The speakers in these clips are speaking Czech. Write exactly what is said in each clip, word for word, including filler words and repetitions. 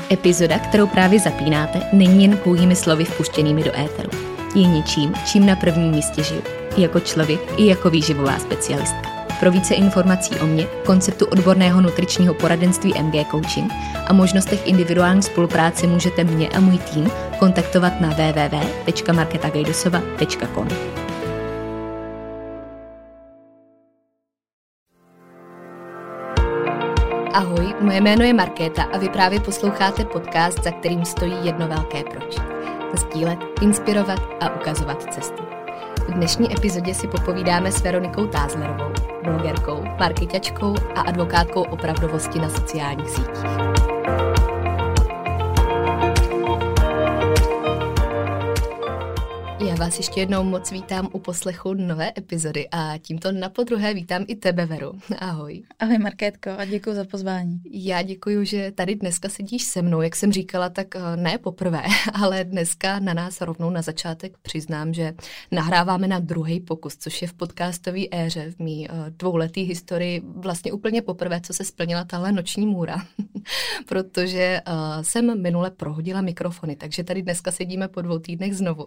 Epizoda, kterou právě zapínáte, není jen pouhými slovy vpuštěnými do éteru. Je něčím, čím na prvním místě žiju. I jako člověk, i jako výživová specialistka. Pro více informací o mně, konceptu odborného nutričního poradenství M G Coaching a možnostech individuální spolupráce můžete mě a můj tým kontaktovat na w w w tečka markéta gajdosova tečka com. Ahoj, moje jméno je Markéta a vy právě posloucháte podcast, za kterým stojí jedno velké proč. Sdílet, inspirovat a ukazovat cestu. V dnešní epizodě si popovídáme s Veronikou Tázlerovou, blogerkou, marketačkou a advokátkou opravdovosti na sociálních sítích. Já vás ještě jednou moc vítám u poslechu nové epizody a tímto napodruhé vítám i tebe, Veru. Ahoj. Ahoj, Markétko, a děkuji za pozvání. Já děkuji, že tady dneska sedíš se mnou. Jak jsem říkala, tak ne poprvé, ale dneska na nás rovnou na začátek přiznám, že nahráváme na druhý pokus, což je v podcastové éře v mý dvouletý historii vlastně úplně poprvé, co se splnila tahle noční můra, protože jsem minule prohodila mikrofony, takže tady dneska sedíme po dvou týdnech znovu.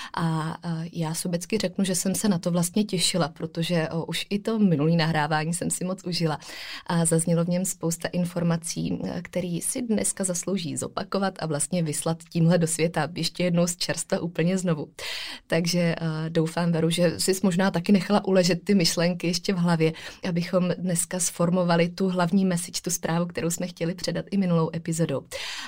A já sobecky řeknu, že jsem se na to vlastně těšila, protože už i to minulý nahrávání jsem si moc užila a zaznělo v něm spousta informací, které si dneska zaslouží zopakovat a vlastně vyslat tímhle do světa ještě jednou z čerstva úplně znovu. Takže doufám, Veru, že jsi možná taky nechala uležet ty myšlenky ještě v hlavě, abychom dneska sformovali tu hlavní message, tu zprávu, kterou jsme chtěli předat i minulou epizodou.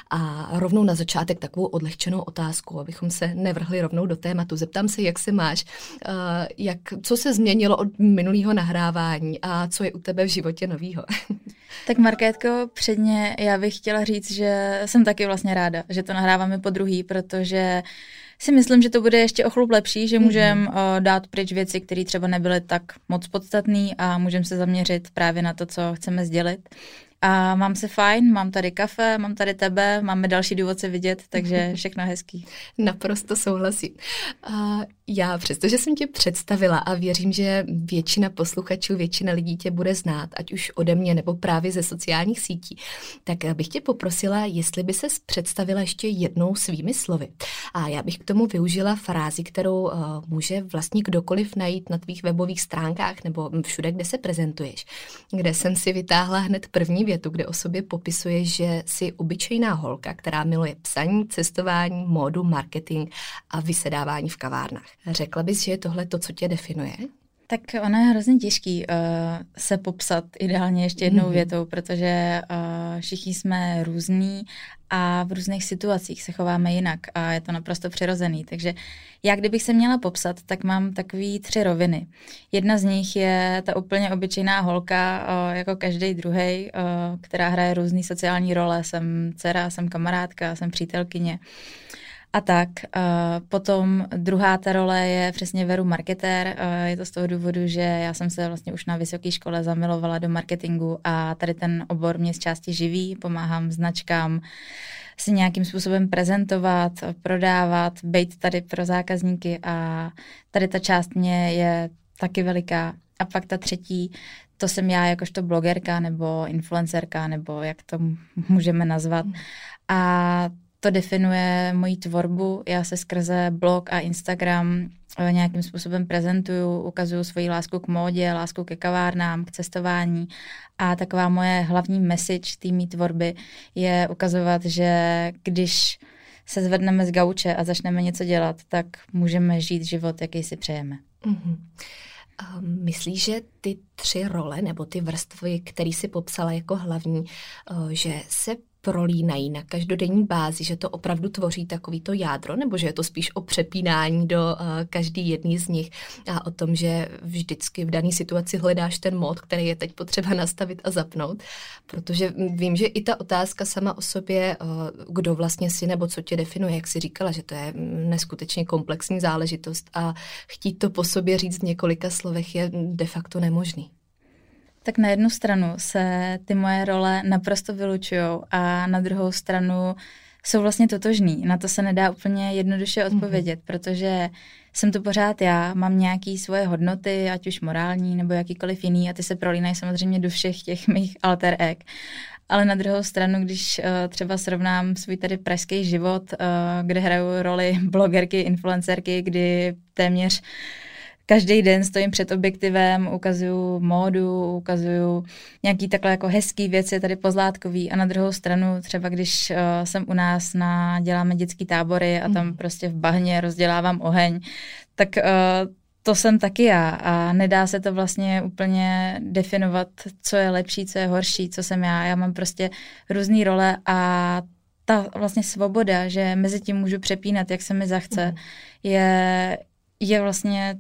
A rovnou na začátek takovou odlehčenou otázku, abychom se nevrhli rovnou do tématu. Zeptám se, jak se máš, jak, co se změnilo od minulého nahrávání a co je u tebe v životě novýho? Tak Markétko, předně já bych chtěla říct, že jsem taky vlastně ráda, že to nahráváme po druhý, protože si myslím, že to bude ještě o chlup lepší, že můžeme mm-hmm. dát pryč věci, které třeba nebyly tak moc podstatné a můžeme se zaměřit právě na to, co chceme sdělit. A mám se fajn, mám tady kafe, mám tady tebe, máme další důvod se vidět, takže všechno hezký. Naprosto souhlasím. A já, přestože jsem tě představila a věřím, že většina posluchačů, většina lidí tě bude znát, ať už ode mě nebo právě ze sociálních sítí, tak bych tě poprosila, jestli by ses představila ještě jednou svými slovy. A já bych k tomu využila frázi, kterou uh, může vlastně kdokoliv najít na tvých webových stránkách nebo všude, kde se prezentuješ, kde jsem si vytáhla hned první větu, kde o sobě popisuje, že jsi obyčejná holka, která miluje psaní, cestování, módu, marketing a vysedávání v kavárnách. Řekla bys, že je tohle to, co tě definuje? Tak ono je hrozně těžký uh, se popsat ideálně ještě jednou mm-hmm. větou, protože uh, všichni jsme různí a v různých situacích se chováme jinak a je to naprosto přirozený. Takže já, kdybych se měla popsat, tak mám takový tři roviny. Jedna z nich je ta úplně obyčejná holka, uh, jako každý druhej, uh, která hraje různý sociální role. Jsem dcera, jsem kamarádka, jsem přítelkyně. A tak, uh, potom druhá ta role je přesně Veru marketér. Uh, je to z toho důvodu, že já jsem se vlastně už na vysoké škole zamilovala do marketingu a tady ten obor mě z části živí, pomáhám značkám si nějakým způsobem prezentovat, prodávat, být tady pro zákazníky a tady ta část mě je taky veliká. A pak ta třetí, to jsem já jakožto blogerka nebo influencerka, nebo jak to můžeme nazvat. A to definuje moji tvorbu. Já se skrze blog a Instagram nějakým způsobem prezentuju, ukazuju svoji lásku k módě, lásku ke kavárnám, k cestování a taková moje hlavní message té mý tvorby je ukazovat, že když se zvedneme z gauče a začneme něco dělat, tak můžeme žít život, jaký si přejeme. Mm-hmm. Myslíš, že ty tři role nebo ty vrstvy, které si popsala jako hlavní, že se prolínají na každodenní bázi, že to opravdu tvoří takovýto jádro, nebo že je to spíš o přepínání do uh, každý jedný z nich a o tom, že vždycky v dané situaci hledáš ten mód, který je teď potřeba nastavit a zapnout, protože vím, že i ta otázka sama o sobě, uh, kdo vlastně jsi nebo co tě definuje, jak jsi říkala, že to je neskutečně komplexní záležitost a chtít to po sobě říct v několika slovech je de facto nemožný. Tak na jednu stranu se ty moje role naprosto vylučujou a na druhou stranu jsou vlastně totožný. Na to se nedá úplně jednoduše odpovědět, mm-hmm. protože jsem to pořád já, mám nějaké svoje hodnoty, ať už morální nebo jakýkoliv jiný a ty se prolínají samozřejmě do všech těch mých alter eg. ale na druhou stranu, když uh, třeba srovnám svůj tady pražský život, uh, kde hraju roli blogerky, influencerky, kdy téměř každý den stojím před objektivem, ukazuju módu, ukazuju nějaký takhle jako hezký věci tady pozlátkový a na druhou stranu třeba když uh, jsem u nás na, děláme dětský tábory a tam mm. prostě v bahně rozdělávám oheň, tak uh, to jsem taky já a nedá se to vlastně úplně definovat, co je lepší, co je horší, co jsem já. Já mám prostě různý role a ta vlastně svoboda, že mezi tím můžu přepínat, jak se mi zachce, mm. je, je vlastně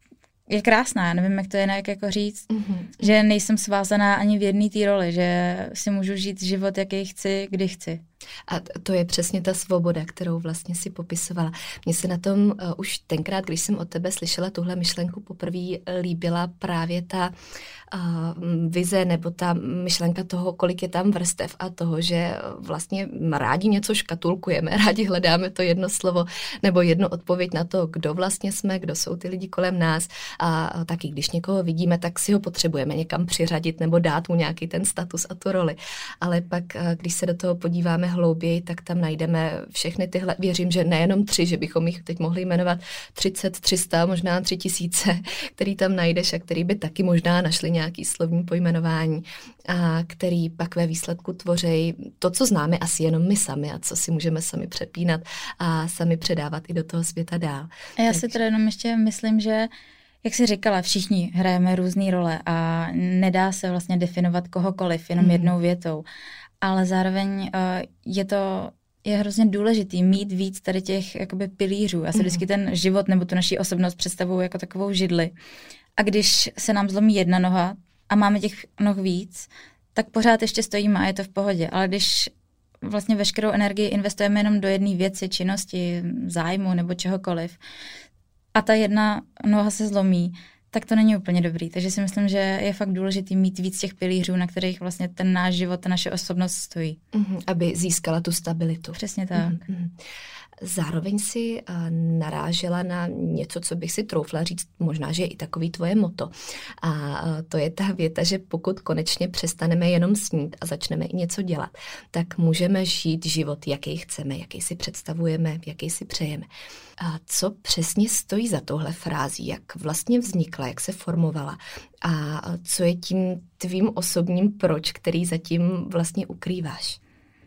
je krásná, já nevím, jak to jinak jako říct, mm-hmm. že nejsem svázaná ani v jedné té roli, že si můžu žít život, jaký chci, kdy chci. A to je přesně ta svoboda, kterou vlastně si popisovala. Mně se na tom uh, už tenkrát, když jsem od tebe slyšela tuhle myšlenku poprvé, líbila právě ta uh, vize nebo ta myšlenka toho, kolik je tam vrstev a toho, že vlastně rádi něco škatulkujeme, rádi hledáme to jedno slovo nebo jednu odpověď na to, kdo vlastně jsme, kdo jsou ty lidi kolem nás a taky když někoho vidíme, tak si ho potřebujeme někam přiřadit nebo dát mu nějaký ten status a tu roli. Ale pak, uh, když se do toho podíváme hlouběji, tak tam najdeme všechny tyhle, věřím, že nejenom tři, že bychom jich teď mohli jmenovat třicet, tři sta, možná tři tisíce, který tam najdeš a který by taky možná našli nějaký slovní pojmenování a který pak ve výsledku tvoří to, co známe asi jenom my sami a co si můžeme sami přepínat a sami předávat i do toho světa dál. A já tak... si teda jenom ještě myslím, že jak jsi říkala, všichni hrajeme různý role a nedá se vlastně definovat kohokoliv jenom hmm. jednou větou. Ale zároveň uh, je to je hrozně důležitý mít víc tady těch jakoby pilířů. Já si vždycky ten život nebo tu naši osobnost představuju jako takovou židli. A když se nám zlomí jedna noha a máme těch noh víc, tak pořád ještě stojíme a je to v pohodě. Ale když vlastně veškerou energii investujeme jenom do jedné věci, činnosti, zájmu nebo čehokoliv a ta jedna noha se zlomí, tak to není úplně dobrý. Takže si myslím, že je fakt důležitý mít víc těch pilířů, na kterých vlastně ten náš život, ta naše osobnost stojí. Mm-hmm, aby získala tu stabilitu. Přesně tak. Mm-hmm. Zároveň si uh, narážela na něco, co bych si troufla říct, možná, že je i takový tvoje moto. A uh, to je ta věta, že pokud konečně přestaneme jenom snít a začneme i něco dělat, tak můžeme žít život, jaký chceme, jaký si představujeme, jaký si přejeme. A co přesně stojí za touhle frází, jak vlastně vznikla, jak se formovala a co je tím tvým osobním proč, který zatím vlastně ukrýváš?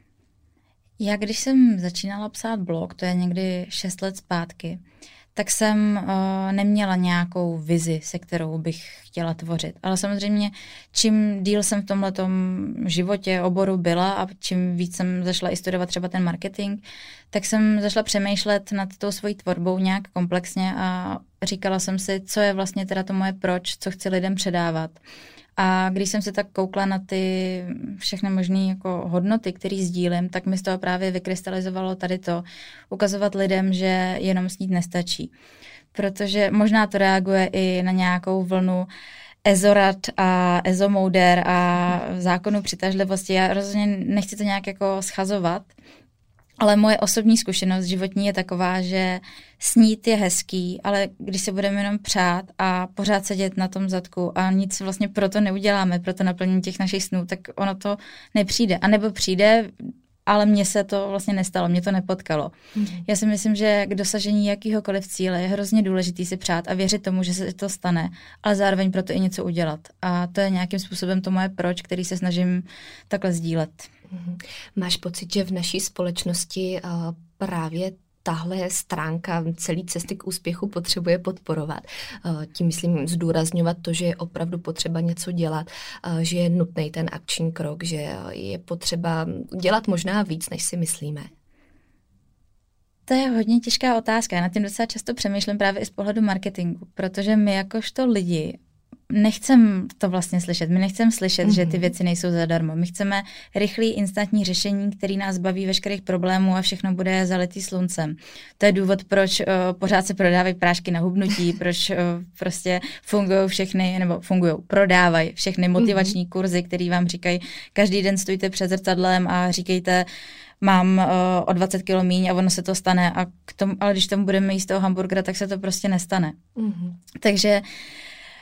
Já když jsem začínala psát blog, to je někdy šest let zpátky, tak jsem uh, neměla nějakou vizi, se kterou bych chtěla tvořit. Ale samozřejmě, čím díl jsem v tomhletom životě, oboru byla a čím víc jsem zašla i studovat třeba ten marketing, tak jsem zašla přemýšlet nad tou svojí tvorbou nějak komplexně a říkala jsem si, co je vlastně teda to moje proč, co chci lidem předávat. A když jsem se tak koukla na ty všechny možné jako hodnoty, které sdílím, tak mi z toho právě vykrystalizovalo tady to, ukazovat lidem, že jenom snít nestačí. Protože možná to reaguje i na nějakou vlnu ezorad a ezomouder a zákonu přitažlivosti. Já rozhodně nechci to nějak jako schazovat, ale moje osobní zkušenost životní je taková, že snít je hezký, ale když se budeme jenom přát a pořád sedět na tom zadku a nic vlastně proto neuděláme, proto naplnění těch našich snů, tak ono to nepřijde. A nebo přijde, ale mně se to vlastně nestalo, mě to nepotkalo. Mm-hmm. Já si myslím, že k dosažení jakýhokoliv cíle je hrozně důležitý si přát a věřit tomu, že se to stane, ale zároveň proto i něco udělat. A to je nějakým způsobem to moje proč, který se snažím takhle sdílet. Mm-hmm. Máš pocit, že v naší společnosti uh, právě tahle stránka celé cesty k úspěchu potřebuje podporovat. Tím myslím zdůrazňovat to, že je opravdu potřeba něco dělat, že je nutný ten akční krok, že je potřeba dělat možná víc, než si myslíme. To je hodně těžká otázka. Já nad tím docela často přemýšlím právě i z pohledu marketingu, protože my jakožto lidi nechcem to vlastně slyšet. My nechceme slyšet, mm-hmm. že ty věci nejsou zadarmo. My chceme rychlý, instantní řešení, který nás baví veškerých problémů a všechno bude zalitý sluncem. To je důvod, proč uh, pořád se prodávají prášky na hubnutí, proč uh, prostě fungují všechny, nebo fungují, prodávají všechny motivační mm-hmm. kurzy, který vám říkají, každý den stojíte před zrcadlem a říkejte, mám uh, o dvacet kilo míň a ono se to stane, a k tomu, ale když tomu budeme jíst toho hamburgera, tak se to prostě nestane. Mm-hmm. Takže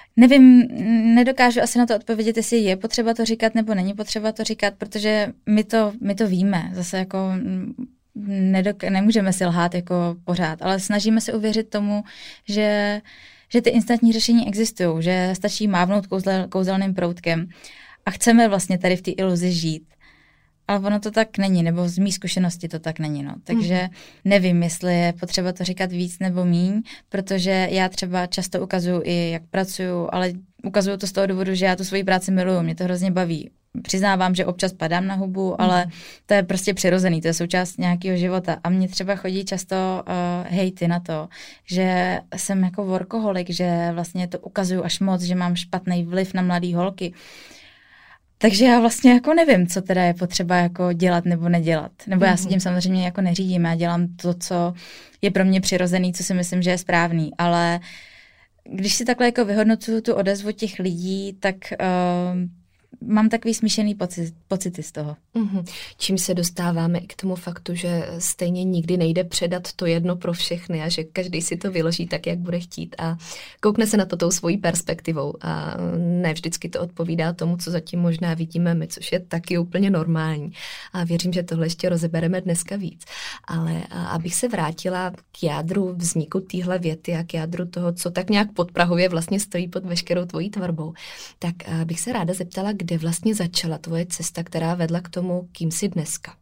Nevím, nedokážu asi na to odpovědět, jestli je potřeba to říkat nebo není potřeba to říkat, protože my to, my to víme. Zase jako nedok- nemůžeme si lhát jako pořád, ale snažíme se uvěřit tomu, že, že ty instantní řešení existují, že stačí mávnout kouzle, kouzelným proutkem a chceme vlastně tady v té iluzi žít. Ale ono to tak není, nebo z mý zkušenosti to tak není. No. Takže nevím, jestli je potřeba to říkat víc nebo míň, protože já třeba často ukazuju i, jak pracuju, ale ukazuju to z toho důvodu, že já tu svoji práci miluju, mě to hrozně baví. Přiznávám, že občas padám na hubu, ale to je prostě přirozený, to je součást nějakého života. A mně třeba chodí často uh, hejty na to, že jsem jako workoholik, že vlastně to ukazuju až moc, že mám špatný vliv na mladý holky. Takže já vlastně jako nevím, co teda je potřeba jako dělat nebo nedělat. Nebo já si tím samozřejmě jako neřídím, já dělám to, co je pro mě přirozený, co si myslím, že je správný, ale když si takhle jako vyhodnocuju tu odezvu těch lidí, tak uh, mám takový smíšený pocit, pocity z toho. Mm-hmm. Čím se dostáváme i k tomu faktu, že stejně nikdy nejde předat to jedno pro všechny a že každý si to vyloží tak, jak bude chtít a koukne se na to tou svojí perspektivou a ne vždycky to odpovídá tomu, co zatím možná vidíme my, což je taky úplně normální. A věřím, že tohle ještě rozebereme dneska víc. Ale abych se vrátila k jádru vzniku téhle věty a k jádru toho, co tak nějak podprahově vlastně stojí pod veškerou tvojí tvorbou, tak bych se ráda zeptala, kde vlastně začala tvoje cesta, která vedla k tomu, kým jsi dneska?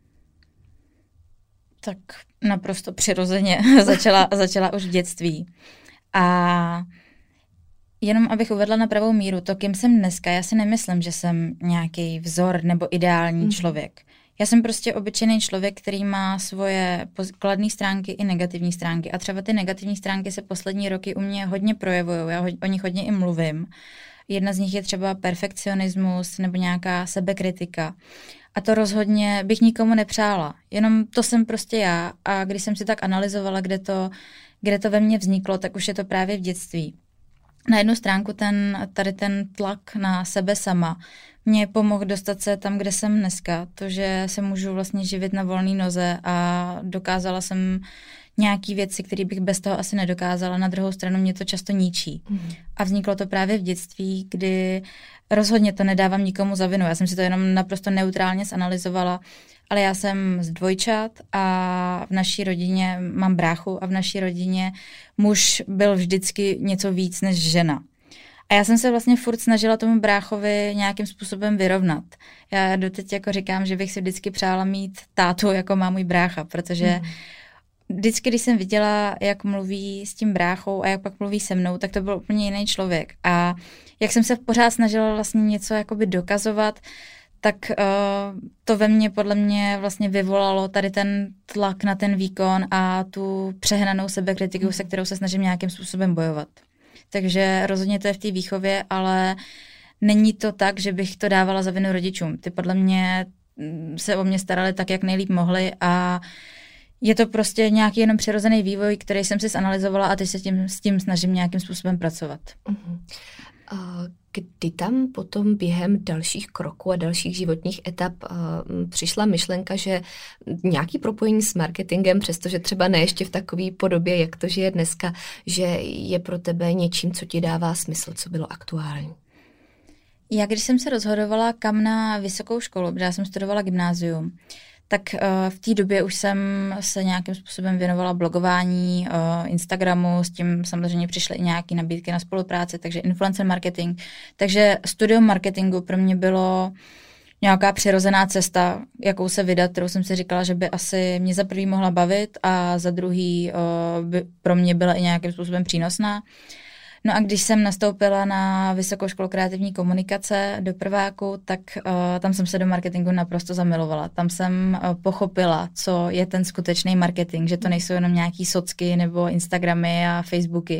Tak naprosto přirozeně začala, začala už v dětství. A jenom abych uvedla na pravou míru, to, kým jsem dneska, já si nemyslím, že jsem nějaký vzor nebo ideální mm. člověk. Já jsem prostě obyčejný člověk, který má svoje kladné stránky i negativní stránky. A třeba ty negativní stránky se poslední roky u mě hodně projevují. Já o nich hodně i mluvím. Jedna z nich je třeba perfekcionismus nebo nějaká sebekritika. A to rozhodně bych nikomu nepřála. Jenom to jsem prostě já. A když jsem si tak analyzovala, kde to, kde to ve mně vzniklo, tak už je to právě v dětství. Na jednu stránku ten, tady ten tlak na sebe sama mě pomohl dostat se tam, kde jsem dneska. To, že se můžu vlastně živit na volné noze a dokázala jsem nějaký věci, které bych bez toho asi nedokázala. Na druhou stranu mě to často ničí. Mm. A vzniklo to právě v dětství, kdy rozhodně to nedávám nikomu za vinu. Já jsem si to jenom naprosto neutrálně zanalyzovala, ale já jsem z dvojčat a v naší rodině mám bráchu a v naší rodině muž byl vždycky něco víc než žena. A já jsem se vlastně furt snažila tomu bráchovi nějakým způsobem vyrovnat. Já doteď jako říkám, že bych si vždycky přála mít tátu, jako má můj brácha, protože mm. vždycky, když jsem viděla, jak mluví s tím bráchou a jak pak mluví se mnou, tak to byl úplně jiný člověk. A jak jsem se pořád snažila vlastně něco jakoby dokazovat, tak uh, to ve mně podle mě vlastně vyvolalo tady ten tlak na ten výkon a tu přehnanou sebekritiku, se kterou se snažím nějakým způsobem bojovat. Takže rozhodně to je v té výchově, ale není to tak, že bych to dávala za vinu rodičům. Ty podle mě se o mě starali tak, jak nejlíp mohli a je to prostě nějaký jenom přirozený vývoj, který jsem si zanalyzovala a teď se tím, s tím snažím nějakým způsobem pracovat. Uh-huh. Uh, kdy tam potom během dalších kroků a dalších životních etap uh, přišla myšlenka, že nějaký propojení s marketingem, přestože třeba ne ještě v takové podobě, jak to žije dneska, že je pro tebe něčím, co ti dává smysl, co bylo aktuální? Já když jsem se rozhodovala, kam na vysokou školu, protože já jsem studovala gymnázium, tak uh, v té době už jsem se nějakým způsobem věnovala blogování, uh, Instagramu, s tím samozřejmě přišly i nějaké nabídky na spolupráci, takže influencer marketing. Takže studium marketingu pro mě bylo nějaká přirozená cesta, jakou se vydat, kterou jsem si říkala, že by asi mě za prvý mohla bavit a za druhý uh, by pro mě byla i nějakým způsobem přínosná. No a když jsem nastoupila na Vysokou školu kreativní komunikace do prváku, tak uh, tam jsem se do marketingu naprosto zamilovala. Tam jsem uh, pochopila, co je ten skutečný marketing, že to nejsou jenom nějaký socky nebo Instagramy a Facebooky.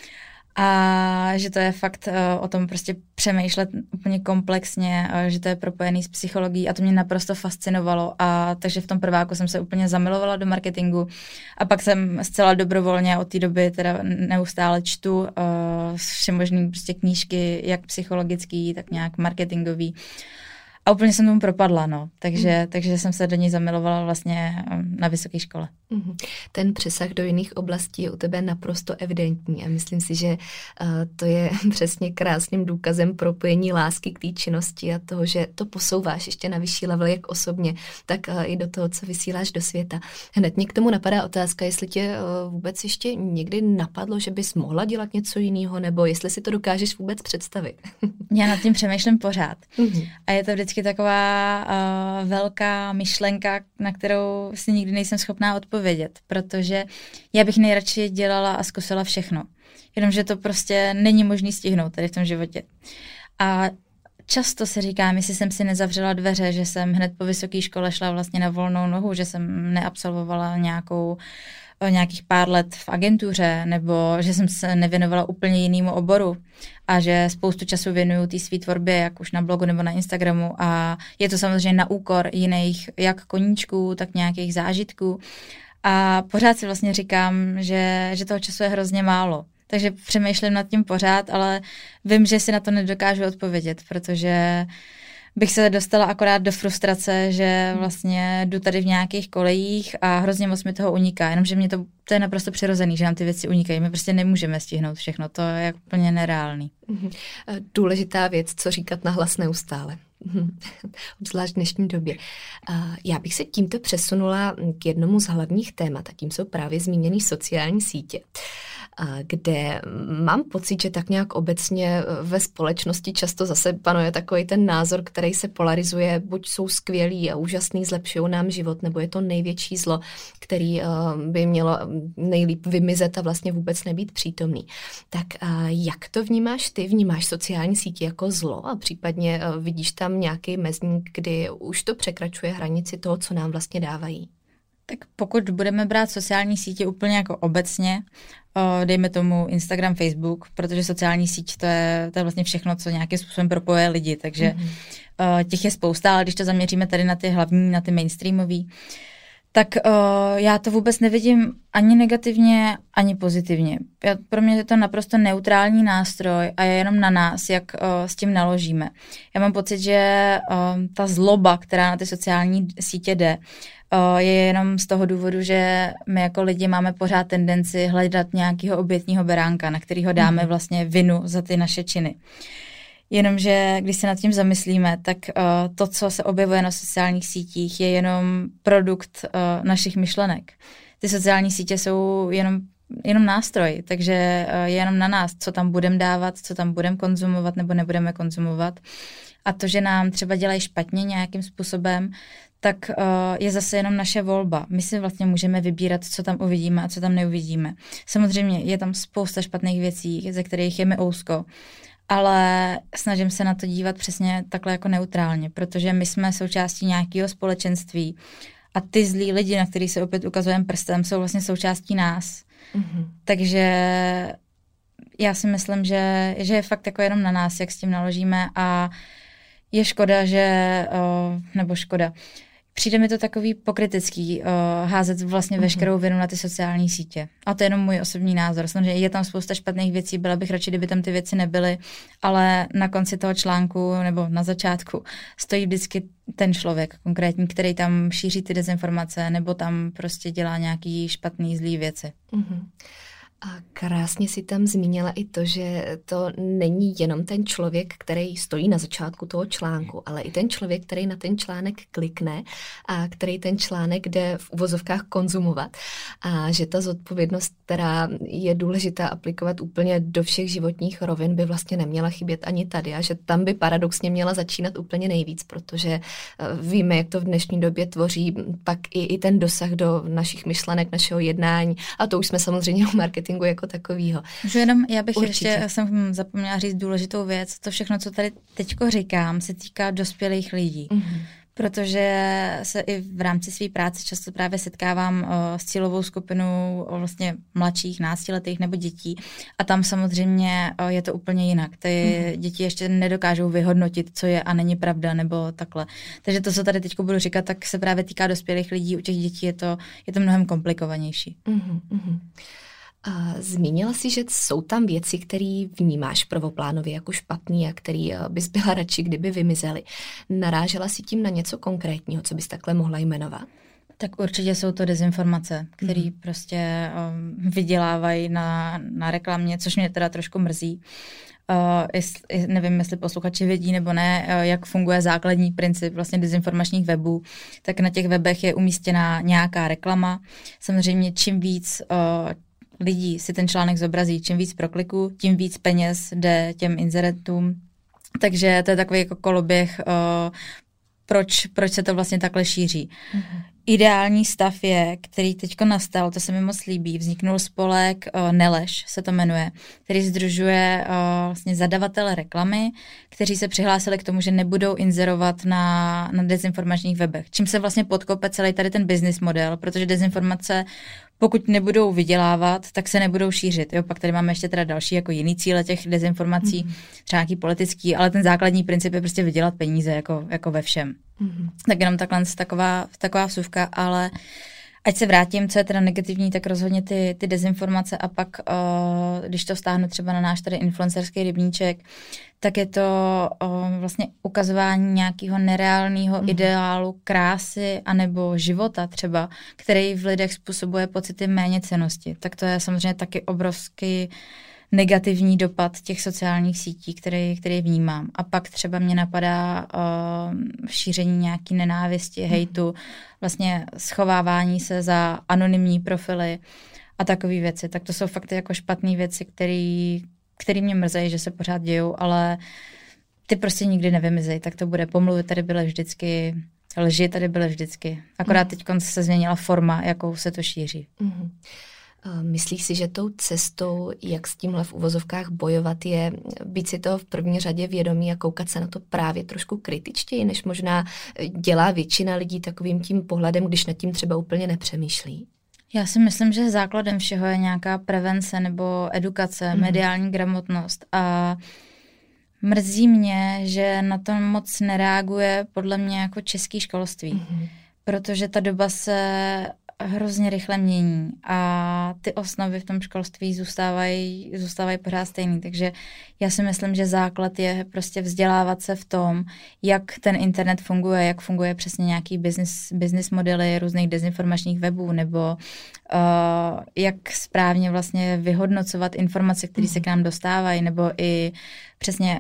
A že to je fakt uh, o tom prostě přemýšlet úplně komplexně, uh, že to je propojený s psychologií a to mě naprosto fascinovalo. A takže v tom prváku jsem se úplně zamilovala do marketingu a pak jsem zcela dobrovolně od té doby teda neustále čtu uh, všemožný prostě knížky, jak psychologický, tak nějak marketingový. A úplně jsem tomu propadla, no. Takže, mm. takže jsem se do ní zamilovala vlastně na vysoké škole. Ten přesah do jiných oblastí je u tebe naprosto evidentní a myslím si, že to je přesně krásným důkazem propojení lásky k té činnosti a toho, že to posouváš ještě na vyšší level jak osobně, tak i do toho, co vysíláš do světa. Hned mě k tomu napadá otázka, jestli tě vůbec ještě někdy napadlo, že bys mohla dělat něco jiného, nebo jestli si to dokážeš vůbec představit. Já nad tím přemýšlím pořád. Mm-hmm. A je to vždycky taková uh, velká myšlenka, na kterou si nikdy nejsem schopná odpovědět, protože já bych nejradši dělala a zkusila všechno. Jenomže to prostě není možný stihnout tady v tom životě. A často se říkám, jestli jsem si nezavřela dveře, že jsem hned po vysoké škole šla vlastně na volnou nohu, že jsem neabsolvovala nějakou nějakých pár let v agentuře, nebo že jsem se nevěnovala úplně jinému oboru a že spoustu času věnuju té své tvorbě, jak už na blogu nebo na Instagramu a je to samozřejmě na úkor jiných jak koníčků, tak nějakých zážitků a pořád si vlastně říkám, že, že toho času je hrozně málo. Takže přemýšlím nad tím pořád, ale vím, že si na to nedokážu odpovědět, protože bych se dostala akorát do frustrace, že vlastně jdu tady v nějakých kolejích a hrozně moc mi toho uniká, jenomže mě to, to je naprosto přirozený, že nám ty věci unikají. My prostě nemůžeme stihnout všechno, to je úplně nereálný. Důležitá věc, co říkat nahlas neustále. Obzvlášť v dnešní době. Já bych se tímto přesunula k jednomu z hlavních témat a tím jsou právě zmíněné sociální sítě, kde mám pocit, že tak nějak obecně ve společnosti často zase panuje takový ten názor, který se polarizuje, buď jsou skvělí a úžasný, zlepšují nám život, nebo je to největší zlo, který by mělo nejlíp vymizet a vlastně vůbec nebýt přítomný. Tak jak to vnímáš ty? Vnímáš sociální sítě jako zlo a případně vidíš tam nějaký mezník, kdy už to překračuje hranici toho, co nám vlastně dávají? Tak pokud budeme brát sociální sítě úplně jako obecně, dejme tomu Instagram, Facebook, protože sociální síť to je, to je vlastně všechno, co nějakým způsobem propojuje lidi, takže mm-hmm. těch je spousta, ale když to zaměříme tady na ty hlavní, na ty mainstreamový, tak uh, já to vůbec nevidím ani negativně, ani pozitivně. Já, pro mě je to naprosto neutrální nástroj a je jenom na nás, jak uh, s tím naložíme. Já mám pocit, že uh, ta zloba, která na ty sociální sítě jde, uh, je jenom z toho důvodu, že my jako lidi máme pořád tendenci hledat nějakého obětního beránka, na kterýho dáme vlastně vinu za ty naše činy. Jenomže když se nad tím zamyslíme, tak uh, to, co se objevuje na sociálních sítích, je jenom produkt uh, našich myšlenek. Ty sociální sítě jsou jenom, jenom nástroj, takže uh, je jenom na nás, co tam budeme dávat, co tam budeme konzumovat nebo nebudeme konzumovat. A to, že nám třeba dělají špatně nějakým způsobem, tak uh, je zase jenom naše volba. My si vlastně můžeme vybírat, co tam uvidíme a co tam neuvidíme. Samozřejmě je tam spousta špatných věcí, ze kterých je mi ousko, ale snažím se na to dívat přesně takhle jako neutrálně, protože my jsme součástí nějakého společenství a ty zlí lidi, na který se opět ukazujeme prstem, jsou vlastně součástí nás. Mm-hmm. Takže já si myslím, že, že je fakt jako jenom na nás, jak s tím naložíme a je škoda, že, nebo škoda, přijde mi to takový pokrytecký uh, házet vlastně mm-hmm. veškerou vinu na ty sociální sítě. A to je jenom můj osobní názor. Samozřejmě je tam spousta špatných věcí, byla bych radši, kdyby tam ty věci nebyly, ale na konci toho článku nebo na začátku stojí vždycky ten člověk konkrétní, který tam šíří ty dezinformace nebo tam prostě dělá nějaký špatný, zlý věci. Mm-hmm. A krásně si tam zmínila i to, že to není jenom ten člověk, který stojí na začátku toho článku, ale i ten člověk, který na ten článek klikne a který ten článek jde v uvozovkách konzumovat. A že ta zodpovědnost, která je důležitá aplikovat úplně do všech životních rovin, by vlastně neměla chybět ani tady a že tam by paradoxně měla začínat úplně nejvíc, protože víme, jak to v dnešní době tvoří pak i, i ten dosah do našich myšlenek, našeho jednání a to už jsme samozřejmě u marketingu jako takovýho. Že jenom já bych Určitě. ještě jsem zapomněla říct důležitou věc. To všechno, co tady teďko říkám, se týká dospělých lidí. Mm-hmm. Protože se i v rámci své práce často právě setkávám o, s cílovou skupinou o, vlastně mladších, náctiletých nebo dětí a tam samozřejmě o, je to úplně jinak. Ty mm-hmm. děti ještě nedokážou vyhodnotit, co je a není pravda nebo takhle. Takže to, co tady teďko budu říkat, tak se právě týká dospělých lidí. U těch dětí je to, je to mnohem komplikovanější. Mm-hmm. A zmínila jsi, že jsou tam věci, které vnímáš prvoplánově jako špatný a který bys byla radši, kdyby vymizely. Narážela jsi tím na něco konkrétního, co bys takhle mohla jmenovat? Tak určitě jsou to dezinformace, které mm. prostě um, vydělávají na, na reklamě, což mě teda trošku mrzí. Uh, jestli, nevím, jestli posluchači vědí nebo ne, uh, jak funguje základní princip vlastně dezinformačních webů, tak na těch webech je umístěna nějaká reklama. Samozřejmě čím víc uh, lidí si ten článek zobrazí, čím víc prokliků, tím víc peněz jde těm inzerentům. Takže to je takový jako koloběh, uh, proč, proč se to vlastně takhle šíří. Mm-hmm. Ideální stav je, který teďko nastal, to se mi moc líbí, vzniknul spolek uh, Nelež, se to jmenuje, který sdružuje uh, vlastně zadavatele reklamy, kteří se přihlásili k tomu, že nebudou inzerovat na, na dezinformačních webech. Čím se vlastně podkope celý tady ten business model, protože dezinformace, pokud nebudou vydělávat, tak se nebudou šířit. Jo, pak tady máme ještě teda další jako jiný cíle těch dezinformací, mm. třeba nějaký politický, ale ten základní princip je prostě vydělat peníze jako, jako ve všem. Mm. Tak jenom takhle taková, taková vsuvka, ale ať se vrátím, co je teda negativní, tak rozhodně ty, ty dezinformace a pak, uh, když to vztáhnu třeba na náš tady influencerský rybníček, tak je to uh, vlastně ukazování nějakého nereálného mm. ideálu krásy anebo života třeba, který v lidech způsobuje pocity méněcennosti. Tak to je samozřejmě taky obrovský negativní dopad těch sociálních sítí, který, který vnímám. A pak třeba mě napadá uh, šíření nějaký nenávisti, hejtu, vlastně schovávání se za anonymní profily a takové věci. Tak to jsou fakt jako špatné věci, který, který mě mrzejí, že se pořád dějou, ale ty prostě nikdy nevymizejí. Tak to bude. Pomluvy tady byly vždycky, lži tady byly vždycky. Akorát teď se změnila forma, jakou se to šíří. Mm-hmm. Myslíš si, že tou cestou, jak s tímhle v uvozovkách bojovat, je být si toho v první řadě vědomí a koukat se na to právě trošku kritičtěji, než možná dělá většina lidí takovým tím pohledem, když nad tím třeba úplně nepřemýšlí? Já si myslím, že základem všeho je nějaká prevence nebo edukace, mm. mediální gramotnost a mrzí mě, že na to moc nereaguje podle mě jako český školství, mm. protože ta doba se hrozně rychle mění a ty osnovy v tom školství zůstávají, zůstávají pořád stejný. Takže já si myslím, že základ je prostě vzdělávat se v tom, jak ten internet funguje, jak funguje přesně nějaký business, business modely různých dezinformačních webů, nebo uh, jak správně vlastně vyhodnocovat informace, které se k nám dostávají, nebo i přesně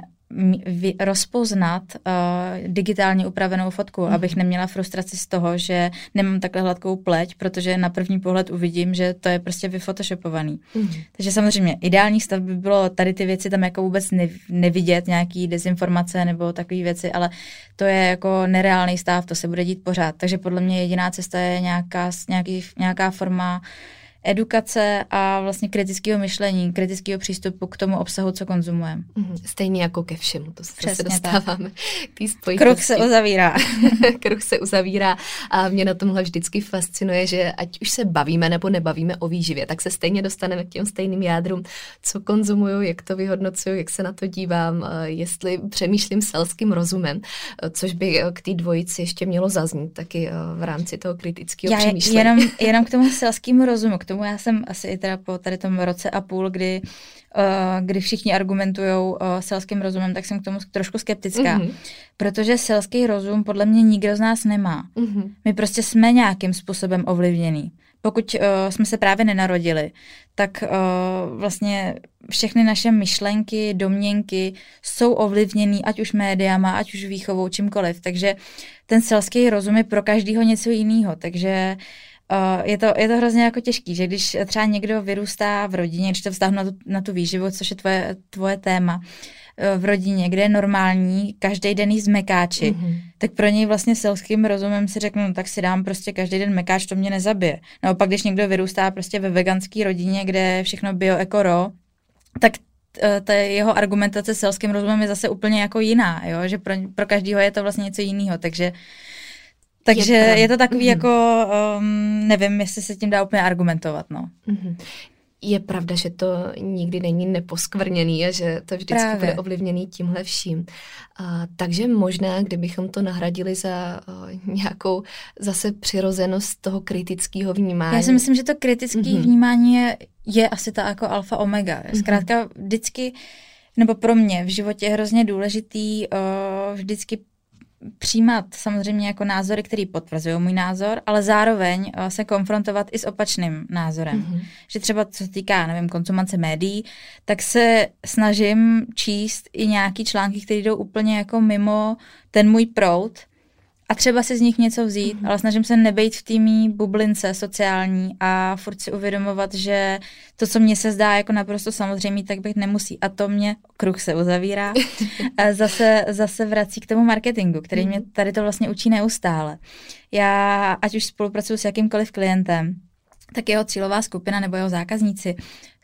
rozpoznat uh, digitálně upravenou fotku, mm. abych neměla frustraci z toho, že nemám takhle hladkou pleť, protože na první pohled uvidím, že to je prostě vyfotoshopovaný. Mm. Takže samozřejmě ideální stav by bylo tady ty věci tam jako vůbec nevidět, nějaký dezinformace nebo takové věci, ale to je jako nereálný stav, to se bude dít pořád. Takže podle mě jediná cesta je nějaká, nějaký, nějaká forma edukace a vlastně kritického myšlení, kritického přístupu k tomu obsahu, co konzumujeme. Stejně jako ke všemu, to se dostáváme k té spojitosti. Kruh se uzavírá. Kruh se uzavírá a mě na tomhle vždycky fascinuje, že ať už se bavíme nebo nebavíme o výživě, tak se stejně dostaneme k těm stejným jádrům, co konzumuju, jak to vyhodnocuju, jak se na to dívám, jestli přemýšlím selským rozumem, což by k té dvojici ještě mělo zaznít taky v rámci toho kritického přemýšlení. Jenom, jenom k tomu selskému rozumu, k tomu já jsem asi i teda po tady tom roce a půl, kdy, uh, kdy všichni argumentujou uh, selským rozumem, tak jsem k tomu trošku skeptická. Mm-hmm. Protože selský rozum podle mě nikdo z nás nemá. Mm-hmm. My prostě jsme nějakým způsobem ovlivněný. Pokud uh, jsme se právě nenarodili, tak uh, vlastně všechny naše myšlenky, domněnky jsou ovlivněný ať už médiama, ať už výchovou, čímkoliv. Takže ten selský rozum je pro každýho něco jiného. Takže Uh, je, to, je to hrozně jako těžký, že když třeba někdo vyrůstá v rodině, když to vztáhnu na tu, na tu výživu, což je tvoje, tvoje téma, uh, v rodině, kde je normální každý den jíst mekáči, mm-hmm. tak pro něj vlastně selským rozumem si řeknu, no, tak si dám prostě každý den mekáč, to mě nezabije. Naopak, když někdo vyrůstá prostě ve veganské rodině, kde je všechno bio, eko, raw, tak ta jeho argumentace selským rozumem je zase úplně jako jiná, jo? Že pro, pro každého je to vlastně něco jiného, takže Takže je, je to takový mm. jako, um, nevím, jestli se tím dá úplně argumentovat, no. Mm. Je pravda, že to nikdy není neposkvrněný a že to vždycky Právě. bude ovlivněný tímhle vším. A, takže možná, kdybychom to nahradili za uh, nějakou zase přirozenost toho kritického vnímání. Já si myslím, že to kritické mm-hmm. vnímání je, je asi ta jako alfa omega. Zkrátka vždycky, nebo pro mě v životě je hrozně důležitý uh, vždycky přijímat samozřejmě jako názory, které potvrzují můj názor, ale zároveň uh, se konfrontovat i s opačným názorem. Mm-hmm. Že třeba co se týká, nevím, konzumace médií, tak se snažím číst i nějaký články, které jdou úplně jako mimo ten můj proud, a třeba si z nich něco vzít, mm-hmm. ale snažím se nebejt v té mý bublince sociální a furt si uvědomovat, že to, co mně se zdá jako naprosto samozřejmé, tak být nemusí. A to mě, kruh se uzavírá, zase, zase vrací k tomu marketingu, který mm-hmm. mě tady to vlastně učí neustále. Já, ať už spolupracuji s jakýmkoliv klientem, tak jeho cílová skupina nebo jeho zákazníci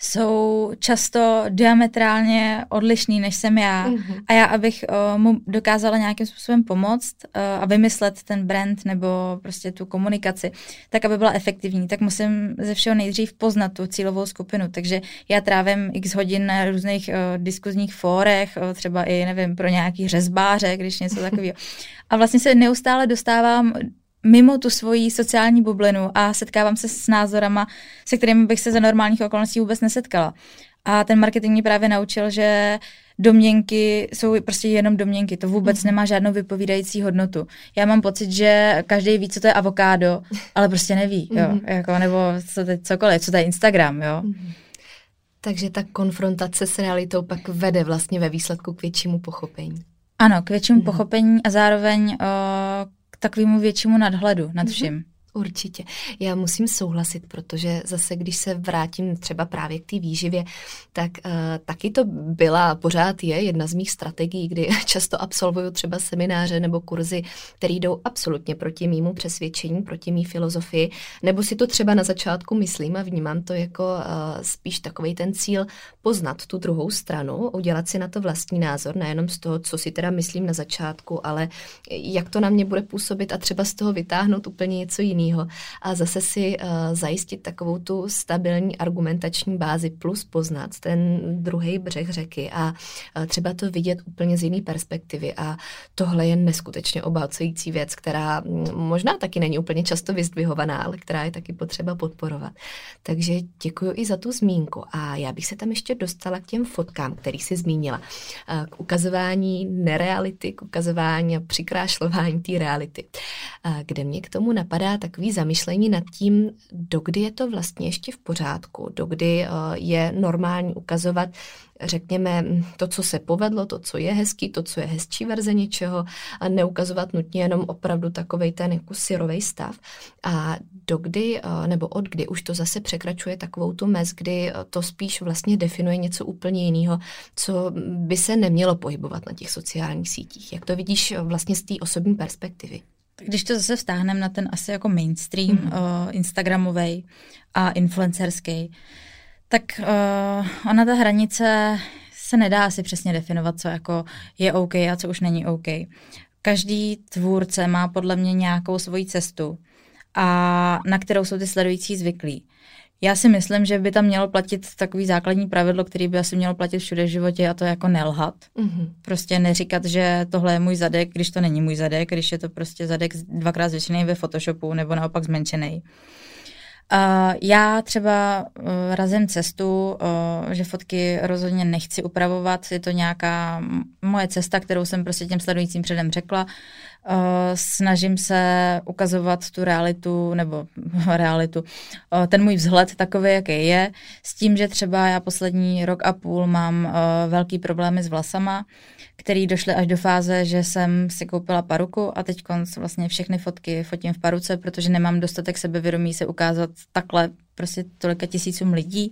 jsou často diametrálně odlišný, než jsem já. Mm-hmm. A já, abych uh, mu dokázala nějakým způsobem pomoct uh, a vymyslet ten brand nebo prostě tu komunikaci, tak aby byla efektivní, tak musím ze všeho nejdřív poznat tu cílovou skupinu. Takže já trávím x hodin na různých uh, diskuzních fórech, uh, třeba i, nevím, pro nějaký řezbáře, když něco takového. A vlastně se neustále dostávám mimo tu svoji sociální bublinu a setkávám se s názorama, se kterými bych se za normálních okolností vůbec nesetkala. A ten marketing mě právě naučil, že domněnky jsou prostě jenom domněnky, to vůbec mm. nemá žádnou vypovídající hodnotu. Já mám pocit, že každý ví, co to je avokádo, ale prostě neví, jo, mm. jako, nebo co to je cokoliv, co to je Instagram, jo. Mm. Takže ta konfrontace s realitou pak vede vlastně ve výsledku k většímu pochopení. Ano, k většímu mm. pochopení a zároveň o, k takovému většímu nadhledu nad vším. Mm. Určitě. Já musím souhlasit, protože zase, když se vrátím třeba právě k té výživě, tak uh, taky to byla, pořád je jedna z mých strategií, kdy často absolvuju třeba semináře nebo kurzy, které jdou absolutně proti mému přesvědčení, proti mý filozofii, nebo si to třeba na začátku myslím a vnímám to jako uh, spíš takovej ten cíl poznat tu druhou stranu, udělat si na to vlastní názor, nejenom z toho, co si teda myslím na začátku, ale jak to na mě bude působit a třeba z toho vytáhnout úplně něco jiného. A zase si uh, zajistit takovou tu stabilní argumentační bázi plus poznat ten druhý břeh řeky a uh, třeba to vidět úplně z jiné perspektivy. A tohle je neskutečně obohacující věc, která možná taky není úplně často vyzdvihovaná, ale která je taky potřeba podporovat. Takže děkuji i za tu zmínku. A já bych se tam ještě dostala k těm fotkám, který jsi zmínila. Uh, k ukazování nereality, k ukazování a přikrášlování té reality. Uh, kde mě k tomu napadá tak takový zamyšlení nad tím, dokdy je to vlastně ještě v pořádku, dokdy je normální ukazovat, řekněme, to, co se povedlo, to, co je hezký, to, co je hezčí verze něčeho a neukazovat nutně jenom opravdu takovej ten jako syrovej stav. A dokdy, nebo od kdy už to zase překračuje takovou tu mez, kdy to spíš vlastně definuje něco úplně jiného, co by se nemělo pohybovat na těch sociálních sítích. Jak to vidíš vlastně z té osobní perspektivy? Když to zase vztáhneme na ten asi jako mainstream mm. uh, instagramovej a influencerský, tak uh, ona ta hranice se nedá asi přesně definovat, co jako je OK a co už není OK. Každý tvůrce má podle mě nějakou svoji cestu, a na kterou jsou ty sledující zvyklí. Já si myslím, že by tam mělo platit takový základní pravidlo, který by asi mělo platit všude v životě, a to je jako nelhat. Mm-hmm. Prostě neříkat, že tohle je můj zadek, když to není můj zadek, když je to prostě zadek dvakrát zvětšený ve Photoshopu nebo naopak zmenšený. Uh, já třeba uh, razím cestu, uh, že fotky rozhodně nechci upravovat, je to nějaká moje cesta, kterou jsem prostě těm sledujícím předem řekla. Uh, snažím se ukazovat tu realitu, nebo realitu, uh, ten můj vzhled takový, jaký je, s tím, že třeba já poslední rok a půl mám uh, velký problémy s vlasama, který došly až do fáze, že jsem si koupila paruku a teď vlastně všechny fotky fotím v paruce, protože nemám dostatek sebevědomí se ukázat takhle prostě tolika tisícům lidí.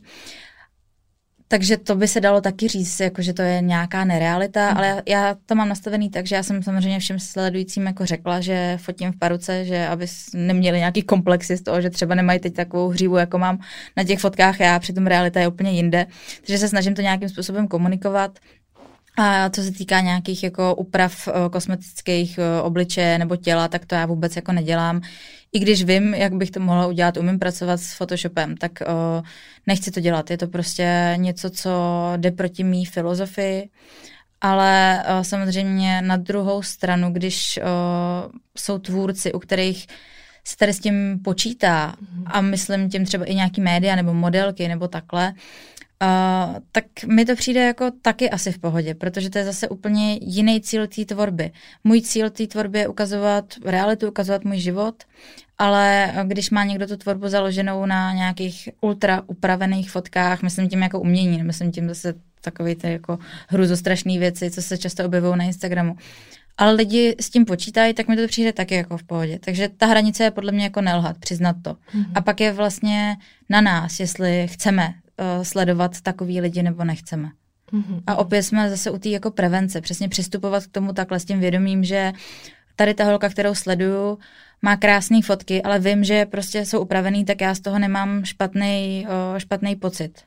Takže to by se dalo taky říct, jako, že to je nějaká nerealita, mm. ale já, já to mám nastavený tak, že já jsem samozřejmě všem sledujícím jako řekla, že fotím v paruce, že aby neměli nějaký komplexy z toho, že třeba nemají teď takovou hřívu, jako mám na těch fotkách já, přitom realita je úplně jinde. Takže se snažím to nějakým způsobem komunikovat. A co se týká nějakých jako úprav kosmetických obličeje nebo těla, tak to já vůbec jako nedělám. I když vím, jak bych to mohla udělat, umím pracovat s Photoshopem, tak o, nechci to dělat. Je to prostě něco, co jde proti mý filozofii, ale o, samozřejmě na druhou stranu, když o, jsou tvůrci, u kterých se tady s tím počítá, a myslím tím třeba i nějaký média nebo modelky nebo takhle, Uh, tak mi to přijde jako taky asi v pohodě, protože to je zase úplně jiný cíl té tvorby. Můj cíl té tvorby je ukazovat realitu, ukazovat můj život, ale když má někdo tu tvorbu založenou na nějakých ultra upravených fotkách, myslím tím jako umění, myslím tím zase takový ty jako hruzostrašný věci, co se často objevují na Instagramu. Ale lidi s tím počítají, tak mi to přijde taky jako v pohodě. Takže ta hranice je podle mě jako nelhat, přiznat to. Mm-hmm. A pak je vlastně na nás, jestli chceme uh, sledovat takový lidi nebo nechceme. Mm-hmm. A opět jsme zase u té jako prevence, přesně přistupovat k tomu takhle s tím vědomím, že tady ta holka, kterou sleduju, má krásné fotky, ale vím, že prostě jsou upravený, tak já z toho nemám špatný, uh, špatný pocit.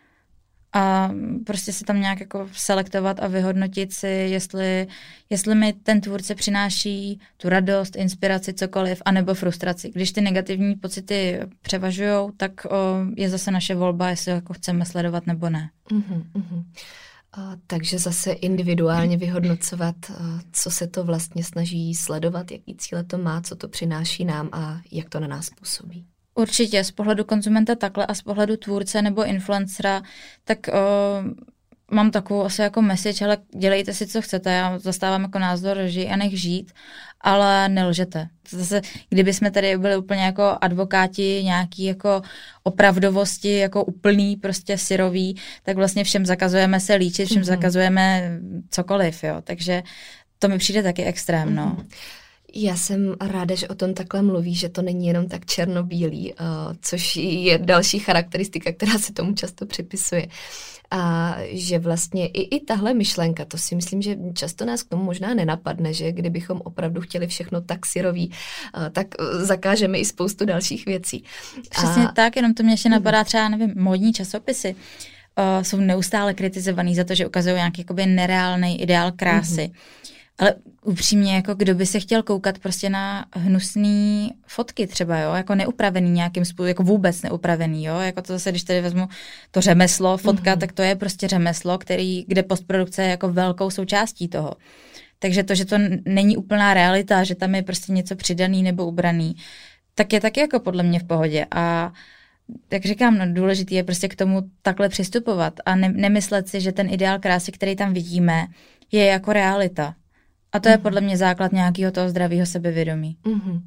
A prostě se tam nějak jako selektovat a vyhodnotit si, jestli, jestli mi ten tvůrce přináší tu radost, inspiraci, cokoliv, anebo frustraci. Když ty negativní pocity převažujou, tak o, je zase naše volba, jestli jako chceme sledovat nebo ne. Uh-huh, uh-huh. A, takže zase individuálně vyhodnocovat, co se to vlastně snaží sledovat, jaký cíle to má, co to přináší nám a jak to na nás působí. Určitě, z pohledu konzumenta takhle a z pohledu tvůrce nebo influencera, tak o, mám takovou asi jako message, ale dělejte si, co chcete, já zastávám jako názor, žij a nech žít, ale nelžete. Zase, kdyby jsme tady byli úplně jako advokáti nějaký jako opravdovosti, jako úplný, prostě syrový, tak vlastně všem zakazujeme se líčit, všem mm-hmm. zakazujeme cokoliv, jo, takže to mi přijde taky extrém, no. Mm-hmm. Já jsem ráda, že o tom takhle mluví, že to není jenom tak černobílý, uh, což je další charakteristika, která se tomu často připisuje. A že vlastně i, i tahle myšlenka, to si myslím, že často nás k tomu možná nenapadne, že kdybychom opravdu chtěli všechno tak syrový, uh, tak zakážeme i spoustu dalších věcí. Přesně a... tak, jenom to mě ještě napadá třeba, nevím, módní časopisy. Uh, jsou neustále kritizovaný za to, že ukazují nějaký jakoby nereálný ideál krásy. Mm-hmm. Ale upřímně, jako kdo by se chtěl koukat prostě na hnusný fotky třeba, jo, jako neupravený nějakým způsobem, jako vůbec neupravený, jo, jako to zase, když tady vezmu to řemeslo, fotka, mm-hmm. tak to je prostě řemeslo, který, kde postprodukce je jako velkou součástí toho. Takže to, že to není úplná realita, že tam je prostě něco přidaný nebo ubraný, tak je taky jako podle mě v pohodě. A jak říkám, no, důležitý je prostě k tomu takhle přistupovat a ne, nemyslet si, že ten ideál krásy, který tam vidíme, je jako realita. A to je podle mě základ nějakého toho zdravého sebevědomí. Uh-huh.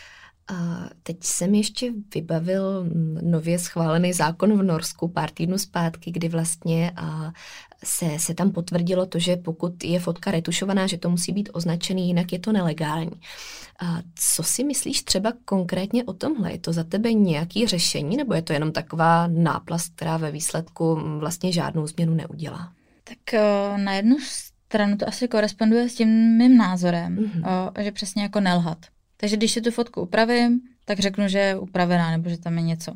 A teď jsem ještě vybavil nově schválený zákon v Norsku pár týdnů zpátky, kdy vlastně a se, se tam potvrdilo to, že pokud je fotka retušovaná, že to musí být označený, jinak je to nelegální. A co si myslíš třeba konkrétně o tomhle? Je to za tebe nějaké řešení, nebo je to jenom taková náplast, která ve výsledku vlastně žádnou změnu neudělá? Tak na jednu stranu to asi koresponduje s tím mým názorem, mm-hmm. o, že přesně jako nelhat. Takže když si tu fotku upravím, tak řeknu, že je upravená nebo že tam je něco.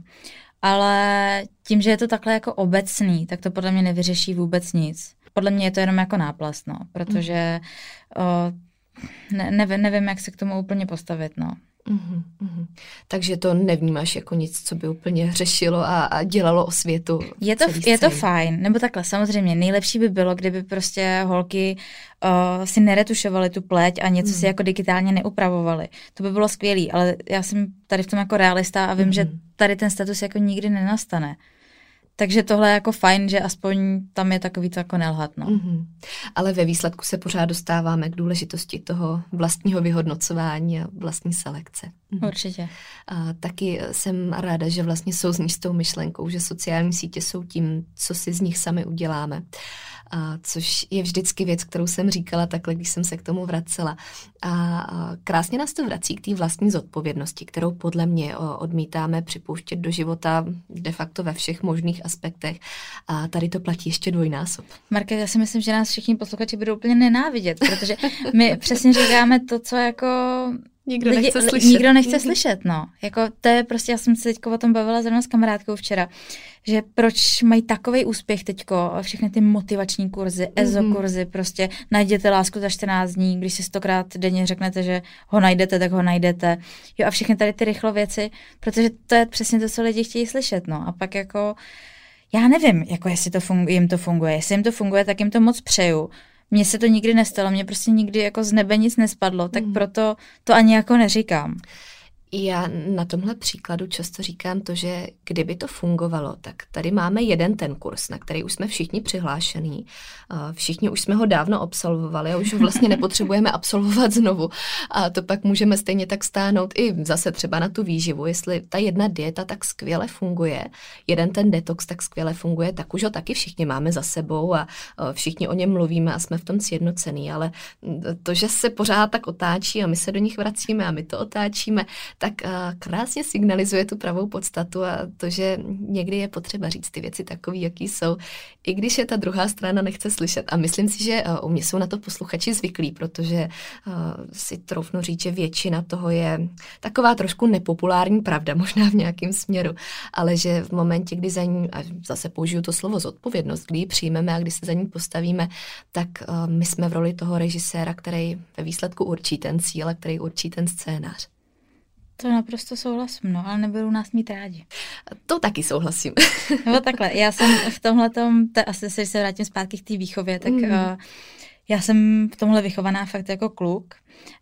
Ale tím, že je to takhle jako obecný, tak to podle mě nevyřeší vůbec nic. Podle mě je to jenom jako náplast, no, protože o, ne, nevím, nevím, jak se k tomu úplně postavit, no. Uhum, uhum. Takže to nevnímáš jako nic, co by úplně řešilo a, a dělalo osvětu. Je to, je to fajn, nebo takhle, samozřejmě. Nejlepší by bylo, kdyby prostě holky uh, si neretušovaly tu pleť a něco uhum. si jako digitálně neupravovaly. To by bylo skvělý, ale já jsem tady v tom jako realista a vím, uhum. že tady ten status jako nikdy nenastane. Takže tohle je jako fajn, že aspoň tam je takový to jako nelhat, no. Mm-hmm. Ale ve výsledku se pořád dostáváme k důležitosti toho vlastního vyhodnocování a vlastní selekce. Mm-hmm. Určitě. A taky jsem ráda, že vlastně souzníš s tou myšlenkou, že sociální sítě jsou tím, co si z nich sami uděláme. A což je vždycky věc, kterou jsem říkala takhle, když jsem se k tomu vracela. A, a krásně nás to vrací k té vlastní zodpovědnosti, kterou podle mě odmítáme připouštět do života de facto ve všech možných aspektech. A tady to platí ještě dvojnásob. Markéta, já si myslím, že nás všichni posluchači budou úplně nenávidět, protože my přesně říkáme to, co jako... Nikdo lidi, nechce slyšet. Nikdo nechce slyšet, no. Jako to je prostě, já jsem se teďko o tom bavila zrovna s kamarádkou včera, že proč mají takovej úspěch teďko, všechny ty motivační kurzy, mm-hmm. E Z O kurzy, prostě najděte lásku za čtrnáct dní, když si stokrát denně řeknete, že ho najdete, tak ho najdete. Jo, a všechny tady ty rychlo věci, protože to je přesně to, co lidi chtějí slyšet, no. A pak jako, já nevím, jako jestli to funguje, jim to funguje. Jestli jim to funguje, tak jim to moc přeju. Mně se to nikdy nestalo, mně prostě nikdy jako z nebe nic nespadlo, tak mm. proto to ani jako neříkám. Já na tomhle příkladu často říkám to, že kdyby to fungovalo, tak tady máme jeden ten kurz, na který už jsme všichni přihlášení. Všichni už jsme ho dávno absolvovali a už ho vlastně nepotřebujeme absolvovat znovu. A to pak můžeme stejně tak stáhnout i zase třeba na tu výživu. Jestli ta jedna dieta tak skvěle funguje, jeden ten detox tak skvěle funguje, tak už ho taky všichni máme za sebou a všichni o něm mluvíme a jsme v tom sjednocení. Ale to, že se pořád tak otáčí a my se do nich vracíme a my to otáčíme, tak krásně signalizuje tu pravou podstatu a to, že někdy je potřeba říct ty věci takový, jaký jsou, i když je ta druhá strana nechce slyšet. A myslím si, že u mě jsou na to posluchači zvyklí, protože si troufnu říct, že většina toho je taková trošku nepopulární pravda, možná v nějakém směru, ale že v momentě, kdy za ní, a zase použiju to slovo zodpovědnost, kdy ji přijmeme a kdy se za ní postavíme, tak my jsme v roli toho režiséra, který ve výsledku určí ten cíl a který určí ten scénář. To naprosto souhlasím, no, ale nebudou nás mít rádi. To taky souhlasím. Nebo takhle, já jsem v tomhletom, t- asi se, se vrátím zpátky k té výchově, tak mm. uh, já jsem v tomhle vychovaná fakt jako kluk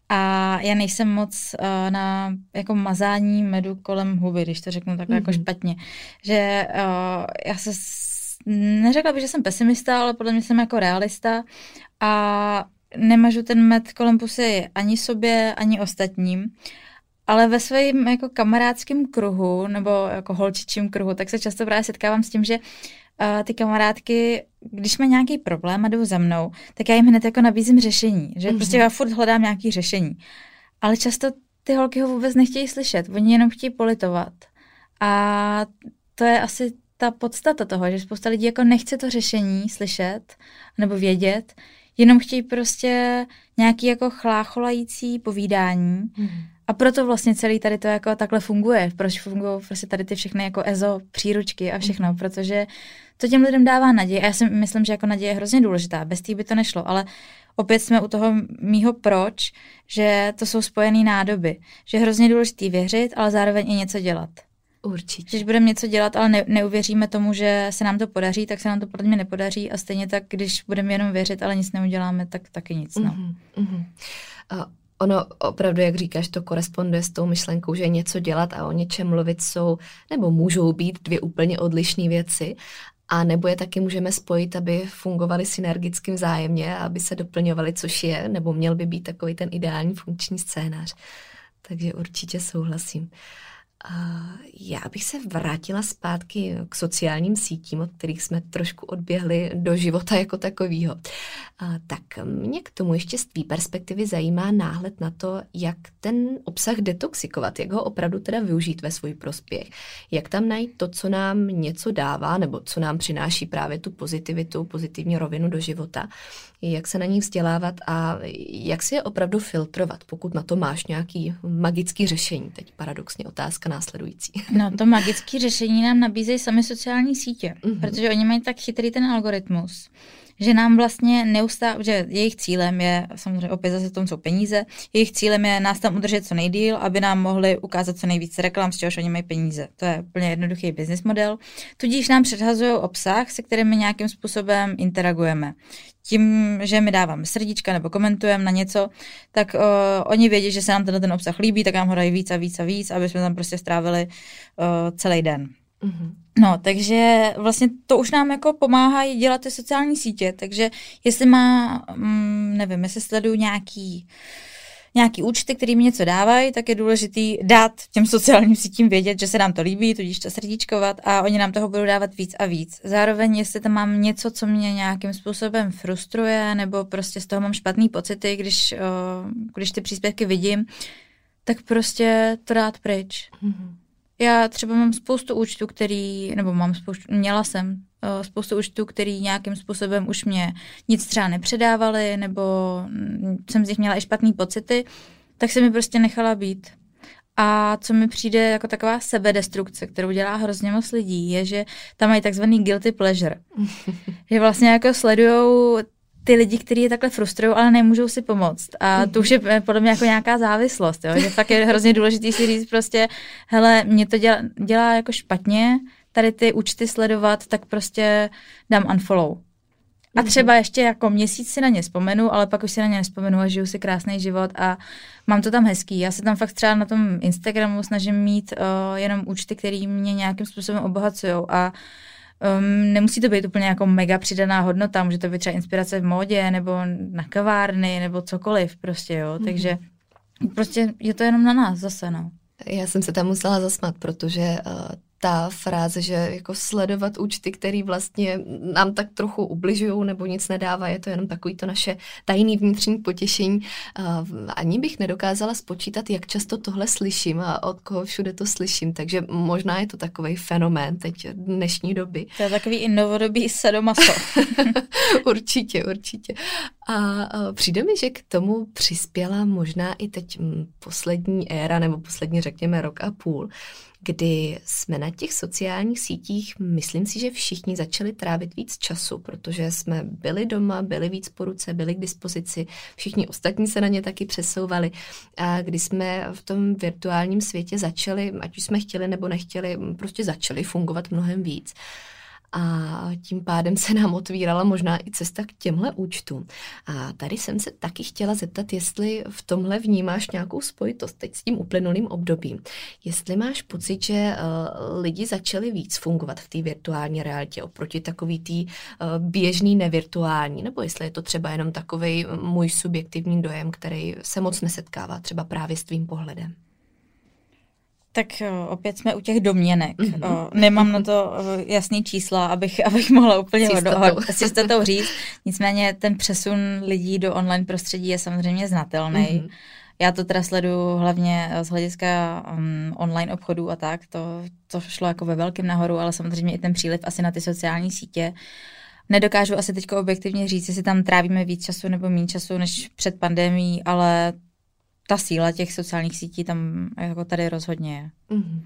a já nejsem moc uh, na jako mazání medu kolem huby, když to řeknu takhle mm. jako špatně. Že uh, já se s... neřekla bych, že jsem pesimista, ale podle mě jsem jako realista a nemažu ten med kolem pusy ani sobě, ani ostatním. Ale ve svém jako kamarádském kruhu nebo jako holčičím kruhu, tak se často právě setkávám s tím, že uh, ty kamarádky, když mají nějaký problém a jdou za mnou, tak já jim hned jako nabízím řešení. Že mm-hmm. prostě já furt hledám nějaké řešení. Ale často ty holky ho vůbec nechtějí slyšet. Oni jenom chtějí politovat. A to je asi ta podstata toho, že spousta lidí jako nechce to řešení slyšet nebo vědět, jenom chtějí prostě nějaký jako chlácholající povídání. Mm-hmm. A proto vlastně celý tady to jako takhle funguje. Proč fungují prostě tady ty všechny jako ezo, příručky a všechno, protože to těm lidem dává naději. A já si myslím, že jako naděje je hrozně důležitá. Bez té by to nešlo, ale opět jsme u toho mýho proč, že to jsou spojené nádoby. Že je hrozně důležitý věřit, ale zároveň i něco dělat. Určitě. Když budeme něco dělat, ale ne, neuvěříme tomu, že se nám to podaří, tak se nám to podle mě nepodaří a stejně tak, když budeme jenom věřit, ale nic neuděláme, tak taky nic. No. Mm-hmm. Mm-hmm. Uh. Ono opravdu, jak říkáš, to koresponduje s tou myšlenkou, že něco dělat a o něčem mluvit jsou, nebo můžou být dvě úplně odlišné věci. A nebo je taky můžeme spojit, aby fungovaly synergicky vzájemně, aby se doplňovaly, což je, nebo měl by být takový ten ideální funkční scénář. Takže určitě souhlasím. Já bych se vrátila zpátky k sociálním sítím, od kterých jsme trošku odběhli do života jako takového. Tak mě k tomu ještě z tvý perspektivy zajímá náhled na to, jak ten obsah detoxikovat, jak ho opravdu teda využít ve svůj prospěch. Jak tam najít to, co nám něco dává, nebo co nám přináší právě tu pozitivitu, pozitivní rovinu do života. Jak se na nich vzdělávat a jak si je opravdu filtrovat, pokud na to máš nějaký magický řešení. Teď paradoxně otázka následující. No to magické řešení nám nabízejí sami sociální sítě, mm-hmm. protože oni mají tak chytrý ten algoritmus, že nám vlastně neustále, že jejich cílem je, samozřejmě opět zase v tom jsou peníze, jejich cílem je nás tam udržet co nejdýl, aby nám mohli ukázat co nejvíce reklam, z čehož oni mají peníze. To je úplně jednoduchý business model. Tudíž nám předhazují obsah, se kterým my nějakým způsobem interagujeme. Tím, že my dáváme srdíčka nebo komentujeme na něco, tak uh, oni vědí, že se nám tenhle ten obsah líbí, tak nám ho dají víc a víc a víc, aby jsme tam prostě strávili uh, celý den. Mm-hmm. No, takže vlastně to už nám jako pomáhá dělat ty sociální sítě, takže jestli má, mm, nevím, jestli sleduju nějaký, nějaký účty, který mi něco dávají, tak je důležitý dát těm sociálním sítím vědět, že se nám to líbí, tudíž to srdíčkovat a oni nám toho budou dávat víc a víc. Zároveň, jestli tam mám něco, co mě nějakým způsobem frustruje, nebo prostě z toho mám špatný pocity, když, uh, když ty příspěvky vidím, tak prostě to dát pryč. Mm-hmm. Já třeba mám spoustu účtů, který, nebo mám spoustu, měla jsem uh, spoustu účtů, který nějakým způsobem už mě nic třeba nepředávali, nebo jsem z nich měla i špatný pocity, tak se mi prostě nechala být. A co mi přijde jako taková sebedestrukce, kterou dělá hrozně moc lidí, je, že tam mají takzvaný guilty pleasure. Že vlastně jako sledujou ty lidi, kteří je takhle frustrují, ale nemůžou si pomoct. A to už je podle mě jako nějaká závislost, jo? Že fakt je hrozně důležitý si říct prostě, hele, mě to dělá, dělá jako špatně, tady ty účty sledovat, tak prostě dám unfollow. A třeba ještě jako měsíc si na ně vzpomenu, ale pak už si na ně nevzpomenu a žiju si krásný život a mám to tam hezký. Já se tam fakt třeba na tom Instagramu snažím mít uh, jenom účty, které mě nějakým způsobem obohacují a um, nemusí to být úplně jako mega přidaná hodnota, může to být třeba inspirace v módě nebo na kavárny nebo cokoliv prostě, jo. Mm-hmm. Takže prostě je to jenom na nás zase, no. Já jsem se tam musela zasmat, protože uh, ta fráze, že jako sledovat účty, které vlastně nám tak trochu ubližují nebo nic nedává, je to jenom takový to naše tajný vnitřní potěšení. Uh, ani bych nedokázala spočítat, jak často tohle slyším a od koho všude to slyším, takže možná je to takovej fenomén teď dnešní doby. To je takový i novodobý sadomaso. Určitě, určitě. A uh, přijde mi, že k tomu přispěla možná i teď m, poslední éra, nebo poslední řekněme rok a půl, kdy jsme na těch sociálních sítích, myslím si, že všichni začali trávit víc času, protože jsme byli doma, byli víc po ruce, byli k dispozici, všichni ostatní se na ně taky přesouvali. A když jsme v tom virtuálním světě začali, ať už jsme chtěli nebo nechtěli, prostě začali fungovat mnohem víc. A tím pádem se nám otvírala možná i cesta k těmhle účtům. A tady jsem se taky chtěla zeptat, jestli v tomhle vnímáš nějakou spojitost teď s tím uplynulým obdobím. Jestli máš pocit, že uh, lidi začali víc fungovat v té virtuální realitě oproti takový tý uh, běžný nevirtuální, nebo jestli je to třeba jenom takovej můj subjektivní dojem, který se moc nesetkává třeba právě s tvým pohledem. Tak opět jsme u těch domněnek. Mm-hmm. Nemám na to jasný čísla, abych, abych mohla úplně s jistotou říct. Nicméně ten přesun lidí do online prostředí je samozřejmě znatelný. Mm-hmm. Já to teda sleduju hlavně z hlediska um, online obchodů a tak. To, to šlo jako ve velkém nahoru, ale samozřejmě i ten příliv asi na ty sociální sítě. Nedokážu asi teď objektivně říct, jestli tam trávíme víc času nebo méně času než před pandemií, ale ta síla těch sociálních sítí tam jako tady rozhodně je. Mm-hmm.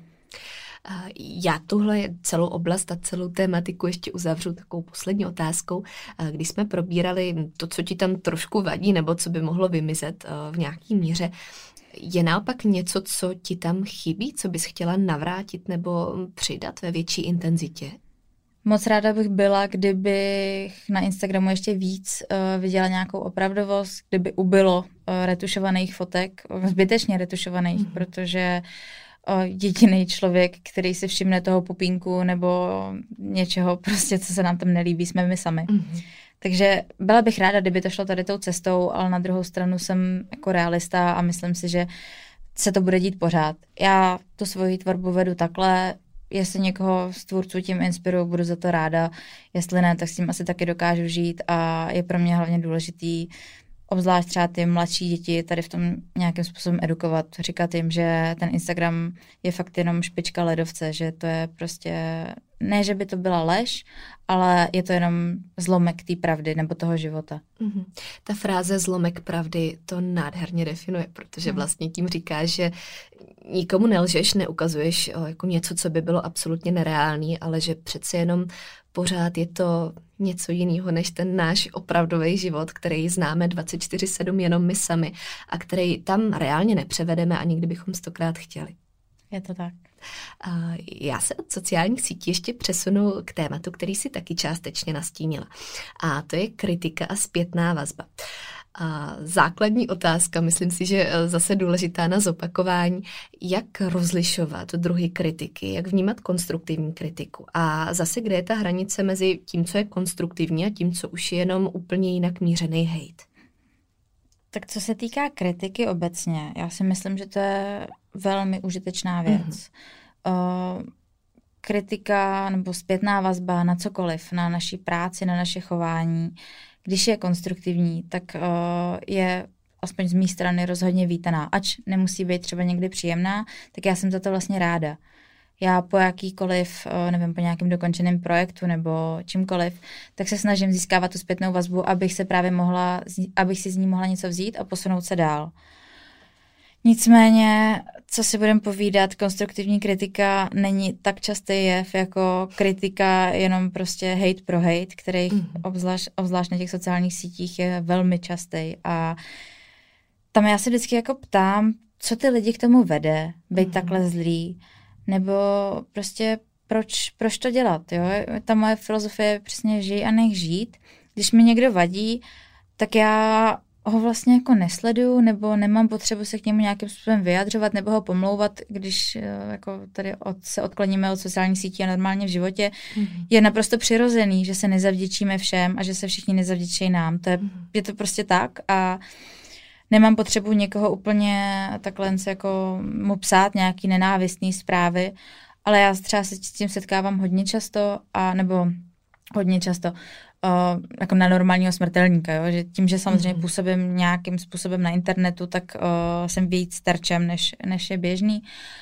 Já tuhle celou oblast a celou tématiku ještě uzavřu takovou poslední otázkou. Když jsme probírali to, co ti tam trošku vadí, nebo co by mohlo vymizet v nějaký míře, je naopak něco, co ti tam chybí, co bys chtěla navrátit nebo přidat ve větší intenzitě? Moc ráda bych byla, kdybych na Instagramu ještě víc uh, viděla nějakou opravdovost, kdyby ubylo uh, retušovaných fotek, zbytečně retušovaných, mm-hmm. protože uh, jediný člověk, který si všimne toho pupínku nebo něčeho, prostě, co se nám tam nelíbí, jsme my sami. Mm-hmm. Takže byla bych ráda, kdyby to šlo tady tou cestou, ale na druhou stranu jsem jako realista a myslím si, že se to bude dít pořád. Já tu svoji tvorbu vedu takhle. Jestli někoho z tvůrců tím inspiruju, budu za to ráda. Jestli ne, tak s tím asi taky dokážu žít a je pro mě hlavně důležitý, obzvlášť třeba ty mladší děti, tady v tom nějakým způsobem edukovat. Říkat jim, že ten Instagram je fakt jenom špička ledovce, že to je prostě, ne, že by to byla lež, ale je to jenom zlomek té pravdy nebo toho života. Mm-hmm. Ta fráze zlomek pravdy to nádherně definuje, protože vlastně tím říkáš, že nikomu nelžeš, neukazuješ jako něco, co by bylo absolutně nereálný, ale že přece jenom pořád je to něco jiného než ten náš opravdový život, který známe dvacet čtyři sedm jenom my sami a který tam reálně nepřevedeme, ani kdybychom stokrát chtěli. Je to tak. Já se od sociálních sítí ještě přesunu k tématu, který si taky částečně nastínila. A to je kritika a zpětná vazba. A základní otázka, myslím si, že zase důležitá na zopakování, jak rozlišovat druhy kritiky, jak vnímat konstruktivní kritiku a zase kde je ta hranice mezi tím, co je konstruktivní a tím, co už je jenom úplně jinak mířený hejt. Tak co se týká kritiky obecně, já si myslím, že to je velmi užitečná věc. Mm-hmm. Uh, kritika nebo zpětná vazba na cokoliv, na naší práci, na naše chování, když je konstruktivní, tak uh, je aspoň z mé strany rozhodně vítaná. Ač nemusí být třeba někdy příjemná, tak já jsem za to vlastně ráda. Já po jakýkoliv, uh, nevím, po nějakém dokončeném projektu nebo čímkoliv, tak se snažím získávat tu zpětnou vazbu, abych se právě mohla, abych si z ní mohla něco vzít a posunout se dál. Nicméně, co si budeme povídat, konstruktivní kritika není tak častý jev jako kritika jenom prostě hate pro hate, který mm. obzvlášť, obzvlášť na těch sociálních sítích je velmi častý. A tam já se vždycky jako ptám, co ty lidi k tomu vede, být mm. takhle zlý, nebo prostě proč, proč to dělat, jo? Ta moje filozofie je přesně žij a nech žít když mi někdo vadí, tak já ho vlastně jako nesleduju, nebo nemám potřebu se k němu nějakým způsobem vyjadřovat, nebo ho pomlouvat, když jako tady od, se odkloníme od sociálních sítí a normálně v životě. Mm-hmm. Je naprosto přirozený, že se nezavděčíme všem a že se všichni nezavděčí nám. To je, mm-hmm. je to prostě tak a nemám potřebu někoho úplně takhle jako mu psát nějaký nenávistný zprávy, ale já třeba se s tím setkávám hodně často, a nebo hodně často, uh, jako na normálního smrtelníka, jo? Že tím, že samozřejmě mm-hmm. působím nějakým způsobem na internetu, tak uh, jsem víc terčem, než, než je běžný.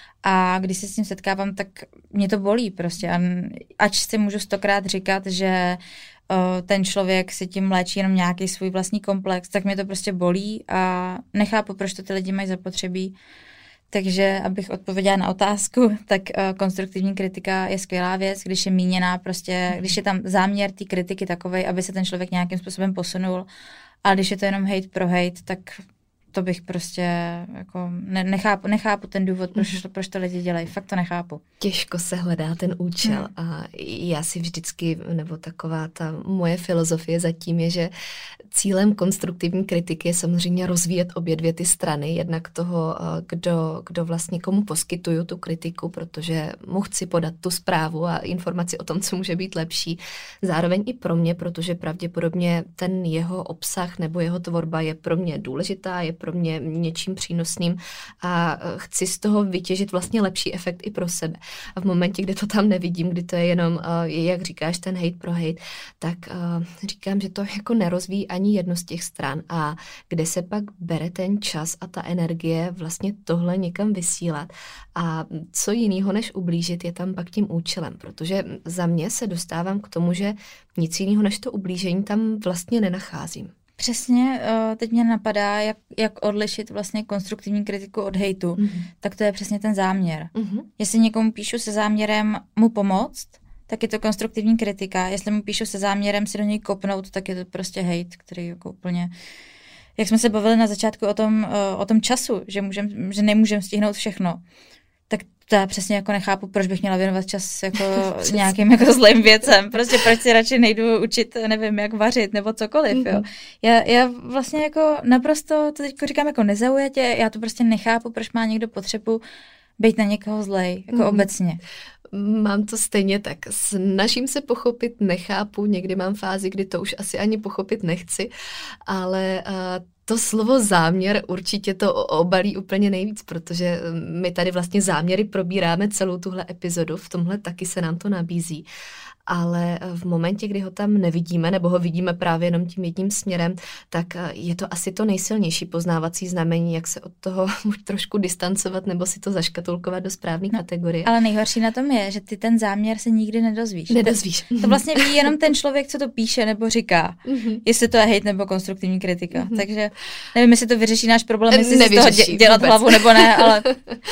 A když se s tím setkávám, tak mě to bolí prostě. A ač si můžu stokrát říkat, že uh, ten člověk si tím léčí jenom nějaký svůj vlastní komplex, tak mě to prostě bolí a nechápu, proč to ty lidi mají zapotřebí. Takže abych odpověděla na otázku, tak uh, konstruktivní kritika je skvělá věc, když je míněná prostě, když je tam záměr té kritiky takovej, aby se ten člověk nějakým způsobem posunul, ale když je to jenom hate pro hate, tak to bych prostě jako ne, nechápu, nechápu ten důvod, proč, mm. proč to lidi dělají. Fakt to nechápu. Těžko se hledá ten účel mm. a já si vždycky, nebo taková ta moje filozofie zatím je, že cílem konstruktivní kritiky je samozřejmě rozvíjet obě dvě ty strany. Jednak toho, kdo, kdo vlastně komu poskytuju tu kritiku, protože mu chci podat tu zprávu a informaci o tom, co může být lepší. Zároveň i pro mě, protože pravděpodobně ten jeho obsah nebo jeho tvorba je pro mě důležitá, je pro mě něčím přínosným a chci z toho vytěžit vlastně lepší efekt i pro sebe. A v momentě, kdy to tam nevidím, kdy to je jenom, jak říkáš, ten hate pro hate, tak říkám, že to jako nerozvíjí ani jednu z těch stran a kde se pak bere ten čas a ta energie vlastně tohle někam vysílat. A co jiného než ublížit je tam pak tím účelem, protože za mě se dostávám k tomu, že nic jiného než to ublížení tam vlastně nenacházím. Přesně, teď mě napadá, jak, jak odlišit vlastně konstruktivní kritiku od hejtu. Mm-hmm. Tak to je přesně ten záměr. Mm-hmm. Jestli někomu píšu se záměrem mu pomoct, tak je to konstruktivní kritika. Jestli mu píšu se záměrem si do něj kopnout, tak je to prostě hejt, který jako úplně... Jak jsme se bavili na začátku o tom, o tom času, že, můžem, že nemůžeme stihnout všechno, tak to já přesně jako nechápu, proč bych měla věnovat čas jako nějakým jako zlým věcem. Prostě proč si radši nejdu učit, nevím, jak vařit nebo cokoliv, mm-hmm. jo. Já, já vlastně jako naprosto, to teď říkám jako nezaujatě, já to prostě nechápu, proč má někdo potřebu být na někoho zlej, jako mm-hmm. obecně. Mám to stejně tak. Snažím se pochopit, nechápu, někdy mám fázi, kdy to už asi ani pochopit nechci, ale uh, to slovo záměr určitě to obalí úplně nejvíc, protože my tady vlastně záměry probíráme celou tuhle epizodu, v tomhle taky se nám to nabízí. Ale v momentě, kdy ho tam nevidíme, nebo ho vidíme právě jenom tím jedním směrem, tak je to asi to nejsilnější poznávací znamení, jak se od toho trošku distancovat nebo si to zaškatulkovat do správné no, kategorie. Ale nejhorší na tom je, že ty ten záměr se nikdy nedozvíš. Nedozvíš. To, to vlastně ví jenom ten člověk, co to píše nebo říká. Mm-hmm. Jestli to je hate nebo konstruktivní kritika. Mm-hmm. Takže nevím, jestli to vyřeší náš problém, jestli Nevyřeší, si z toho dělat vůbec. Hlavu nebo ne, ale...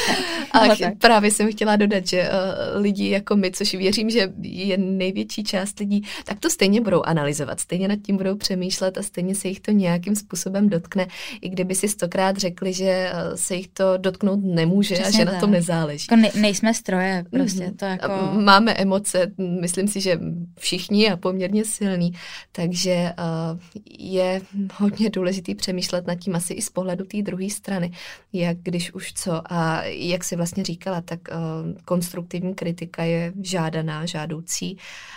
ale právě jsem chtěla dodat, že uh, lidi jako my, což věřím, že je největší část lidí, tak to stejně budou analyzovat, stejně nad tím budou přemýšlet a stejně se jich to nějakým způsobem dotkne, i kdyby si stokrát řekli, že se jich to dotknout nemůže. Přesně a že tak. Na tom nezáleží. Jako ne, nejsme stroje, prostě. Mm-hmm. To jako... Máme emoce, myslím si, že všichni a poměrně silný, takže uh, je hodně důležitý přemýšlet nad tím asi i z pohledu té druhé strany, jak když už co a jak si vlastně říkala, tak uh, konstruktivní kritika je žádaná, žádoucí.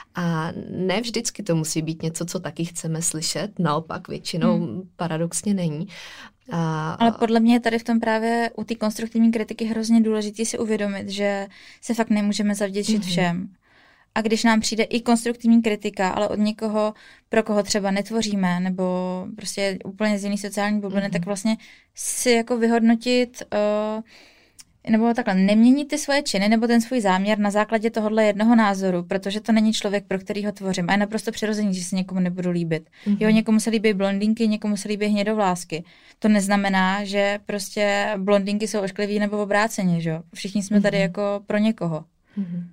A ne vždycky to musí být něco, co taky chceme slyšet, naopak většinou hmm. paradoxně není. A... Ale podle mě je tady v tom právě u té konstruktivní kritiky hrozně důležité si uvědomit, že se fakt nemůžeme zavděčit hmm. všem. A když nám přijde i konstruktivní kritika, ale od někoho, pro koho třeba netvoříme, nebo prostě úplně z jiný sociální bubliny, hmm. tak vlastně si jako vyhodnotit... Uh, nebo takhle, neměnit ty svoje činy nebo ten svůj záměr na základě tohohle jednoho názoru, protože to není člověk, pro kterýho tvořím. A je naprosto přirozený, že se někomu nebudu líbit. Mm-hmm. Jo, někomu se líbí blondýnky, někomu se líbí hnědovlásky. To neznamená, že prostě blondýnky jsou oškliví nebo obráceně, že jo? Všichni jsme mm-hmm. tady jako pro někoho. Mm-hmm.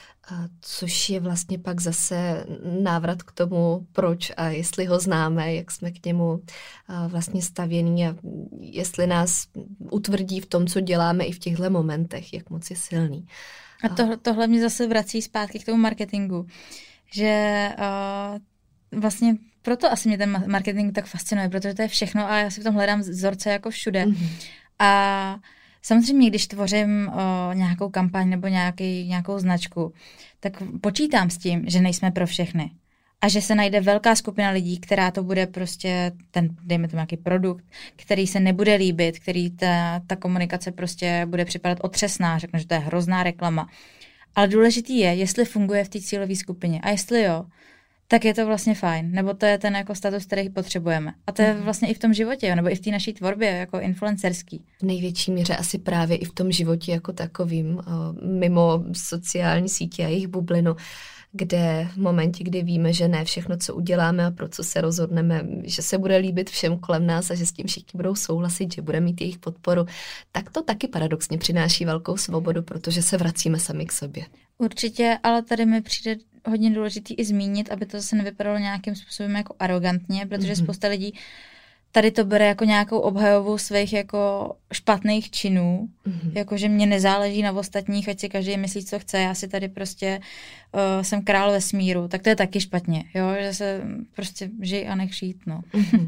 A což je vlastně pak zase návrat k tomu, proč a jestli ho známe, jak jsme k němu vlastně stavění a jestli nás utvrdí v tom, co děláme i v těchto momentech, jak moc je silný. A to, tohle mě zase vrací zpátky k tomu marketingu, že uh, vlastně proto asi mě ten marketing tak fascinuje, protože to je všechno a já si v tom hledám vzorce jako všude. Mm-hmm. A samozřejmě, když tvořím o, nějakou kampaň nebo nějaký, nějakou značku, tak počítám s tím, že nejsme pro všechny. A že se najde velká skupina lidí, která to bude prostě, ten, dejme tomu nějaký produkt, který se nebude líbit, který ta, ta komunikace prostě bude připadat otřesná, řeknu, že to je hrozná reklama. Ale důležitý je, jestli funguje v té cílové skupině. A jestli jo, tak je to vlastně fajn. Nebo to je ten jako status, který potřebujeme. A to je vlastně i v tom životě, jo, nebo i v té naší tvorbě jako influencerský. V největší míře asi právě i v tom životě jako takovým, mimo sociální sítě a jejich bublinu, kde v momentě, kdy víme, že ne všechno, co uděláme a pro co se rozhodneme, že se bude líbit všem kolem nás a že s tím všichni budou souhlasit, že bude mít jejich podporu, tak to taky paradoxně přináší velkou svobodu, protože se vracíme sami k sobě. Určitě, ale tady mi přijde hodně důležitý i zmínit, aby to zase nevypadalo nějakým způsobem jako arrogantně, protože mm-hmm. spousta lidí tady to bere jako nějakou obhajovu svých jako špatných činů, mm-hmm. jako že mě nezáleží na ostatních, ať si každý myslí, co chce, já si tady prostě uh, jsem král vesmíru, tak to je taky špatně, jo, že se prostě žij a nech žít, no. Mm-hmm.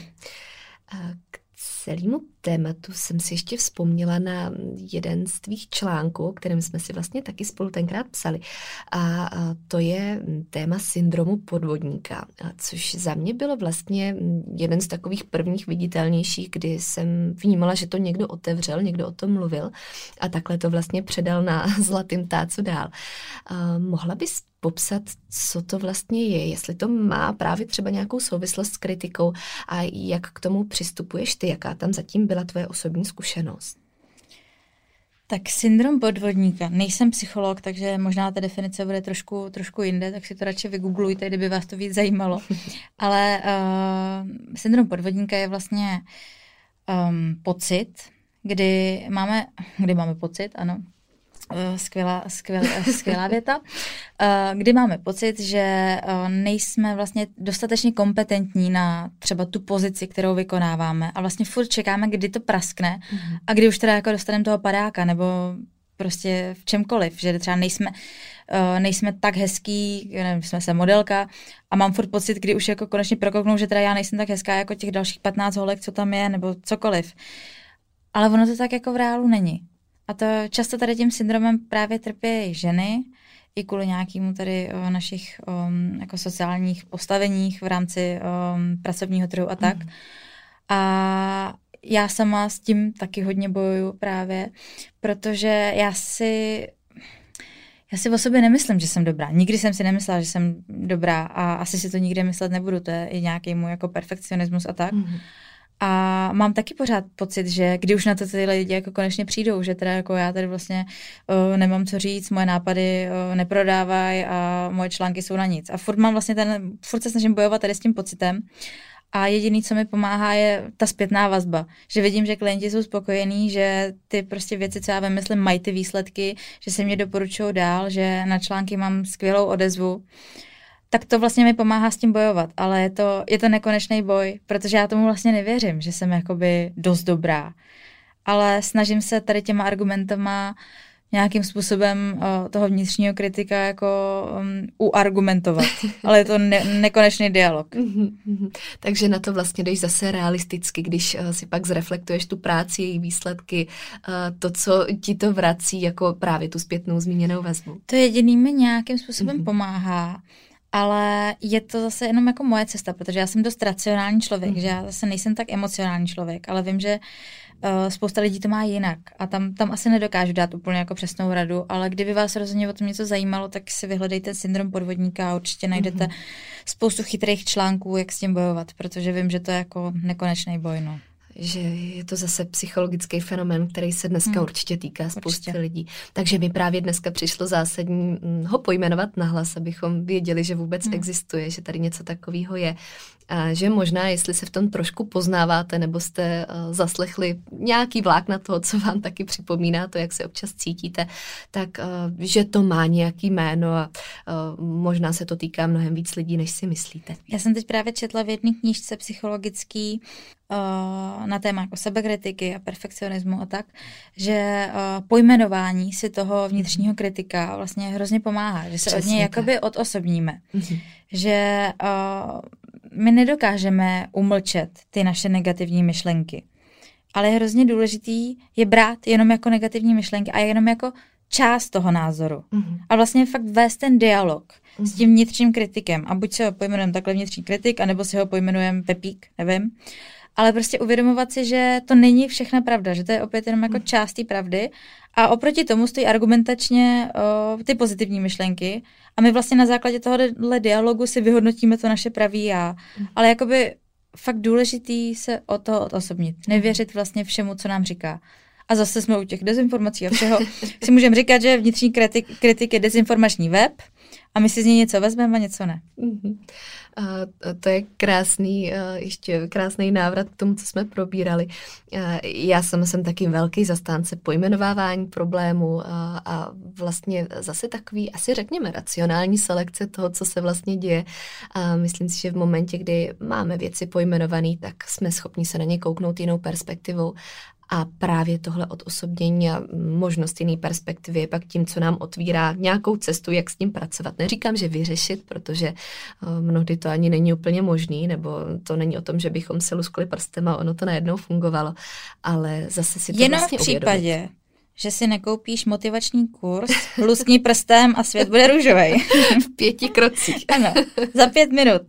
A k celému tématu jsem si ještě vzpomněla na jeden z tvých článků, o kterém jsme si vlastně taky spolu tenkrát psali. A to je téma syndromu podvodníka, což za mě bylo vlastně jeden z takových prvních viditelnějších, kdy jsem vnímala, že to někdo otevřel, někdo o tom mluvil a takhle to vlastně předal na zlatým tácu dál. A mohla bys popsat, co to vlastně je, jestli to má právě třeba nějakou souvislost s kritikou a jak k tomu přistupuješ ty, jaká tam zatím byla tvoje osobní zkušenost? Tak syndrom podvodníka. Nejsem psycholog, takže možná ta definice bude trošku, trošku jinde, tak si to radši vygooglujte, kdyby vás to víc zajímalo. Ale uh, syndrom podvodníka je vlastně um, pocit, kdy máme, kdy máme pocit, ano, Skvělá, skvělá, skvělá věta, kdy máme pocit, že nejsme vlastně dostatečně kompetentní na třeba tu pozici, kterou vykonáváme a vlastně furt čekáme, kdy to praskne a kdy už teda jako dostaneme toho padáka nebo prostě v čemkoliv, že třeba nejsme, nejsme tak hezký, nevím, jsme se modelka a mám furt pocit, kdy už jako konečně prokoknou, že teda já nejsem tak hezká jako těch dalších patnáct holek, co tam je, nebo cokoliv. Ale ono to tak jako v reálu není. A to často tady tím syndromem právě trpí ženy, i kvůli nějakému tady o, našich o, jako sociálních postaveních v rámci o, pracovního trhu a tak. Mm. A já sama s tím taky hodně bojuju právě, protože já si, já si o sobě nemyslím, že jsem dobrá. Nikdy jsem si nemyslela, že jsem dobrá a asi si to nikdy myslet nebudu. To je i nějaký můj jako perfekcionismus a tak. Mm. A mám taky pořád pocit, že když už na to ty lidi jako konečně přijdou, že teda jako já tady vlastně uh, nemám co říct, moje nápady uh, neprodávají a moje články jsou na nic. A furt mám vlastně ten, furt se snažím bojovat tady s tím pocitem. A jediný, co mi pomáhá, je ta zpětná vazba. Že vidím, že klienti jsou spokojení, že ty prostě věci, co já vymyslím, mají ty výsledky, že se mě doporučují dál, že na články mám skvělou odezvu. Tak to vlastně mi pomáhá s tím bojovat, ale je to, je to nekonečný boj, protože já tomu vlastně nevěřím, že jsem jakoby dost dobrá. Ale snažím se tady těma argumentama nějakým způsobem uh, toho vnitřního kritika jako um, uargumentovat. Ale je to ne- nekonečný dialog. Takže na to vlastně jdeš zase realisticky, když uh, si pak zreflektuješ tu práci, její výsledky, uh, to, co ti to vrací, jako právě tu zpětnou zmíněnou vazbu. To jediný mi nějakým způsobem mm-hmm. pomáhá. Ale je to zase jenom jako moje cesta, protože já jsem dost racionální člověk, mm. že já zase nejsem tak emocionální člověk, ale vím, že uh, spousta lidí to má jinak a tam, tam asi nedokážu dát úplně jako přesnou radu, ale kdyby vás rozhodně o tom něco zajímalo, tak si vyhledejte syndrom podvodníka a určitě najdete mm. spoustu chytrých článků, jak s tím bojovat, protože vím, že to je jako nekonečný boj, no. Že je to zase psychologický fenomén, který se dneska hmm. určitě týká spousty lidí. Takže mi právě dneska přišlo zásadní ho pojmenovat nahlas, abychom věděli, že vůbec hmm. existuje, že tady něco takového je. A že možná, jestli se v tom trošku poznáváte, nebo jste uh, zaslechli nějaký vlákna toho, co vám taky připomíná to, jak se občas cítíte, tak uh, že to má nějaký jméno a možná se to týká mnohem víc lidí, než si myslíte. Já jsem teď právě četla v jedné knížce psychologický uh, na téma jako sebekritiky a perfekcionismu a tak, že uh, pojmenování si toho vnitřního kritika vlastně hrozně pomáhá, že se Přesně od něj jakoby odosobníme. Mm-hmm. Že uh, my nedokážeme umlčet ty naše negativní myšlenky, ale je hrozně důležitý je brát jenom jako negativní myšlenky a jenom jako část toho názoru. Mm-hmm. A vlastně fakt vést ten dialog mm-hmm. s tím vnitřním kritikem. A buď si ho pojmenujeme takhle vnitřní kritik, anebo si ho pojmenujeme Pepík, nevím. Ale prostě uvědomovat si, že to není všechna pravda, že to je opět jenom jako mm-hmm. část té pravdy. A oproti tomu stojí argumentačně o, ty pozitivní myšlenky. A my vlastně na základě tohohle dialogu si vyhodnotíme to naše pravý já. Mm-hmm. Ale jakoby fakt důležitý se o to odosobnit. Nevěřit vlastně všemu, co nám říká. A zase jsme u těch dezinformací a všeho. Si můžeme říkat, že vnitřní kritik, kritik je dezinformační web a my si z něj něco vezmeme a něco ne. Mm-hmm. A to je krásný, ještě krásný návrat k tomu, co jsme probírali. Já jsem, jsem taky velký zastánce pojmenovávání problému a, a vlastně zase takový, asi řekněme, racionální selekce toho, co se vlastně děje. A myslím si, že v momentě, kdy máme věci pojmenované, tak jsme schopni se na ně kouknout jinou perspektivou. A právě tohle odosobnění a možnost jiný perspektivy je pak tím, co nám otvírá nějakou cestu, jak s tím pracovat. Neříkám, že vyřešit, protože mnohdy to ani není úplně možný, nebo to není o tom, že bychom se luskli prstem a ono to najednou fungovalo, ale zase si to Jenom vlastně v případě, uvědomit. Že si nekoupíš motivační kurz, luskni prstem a svět bude růžovej. V pěti krocích. Ano, za pět minut.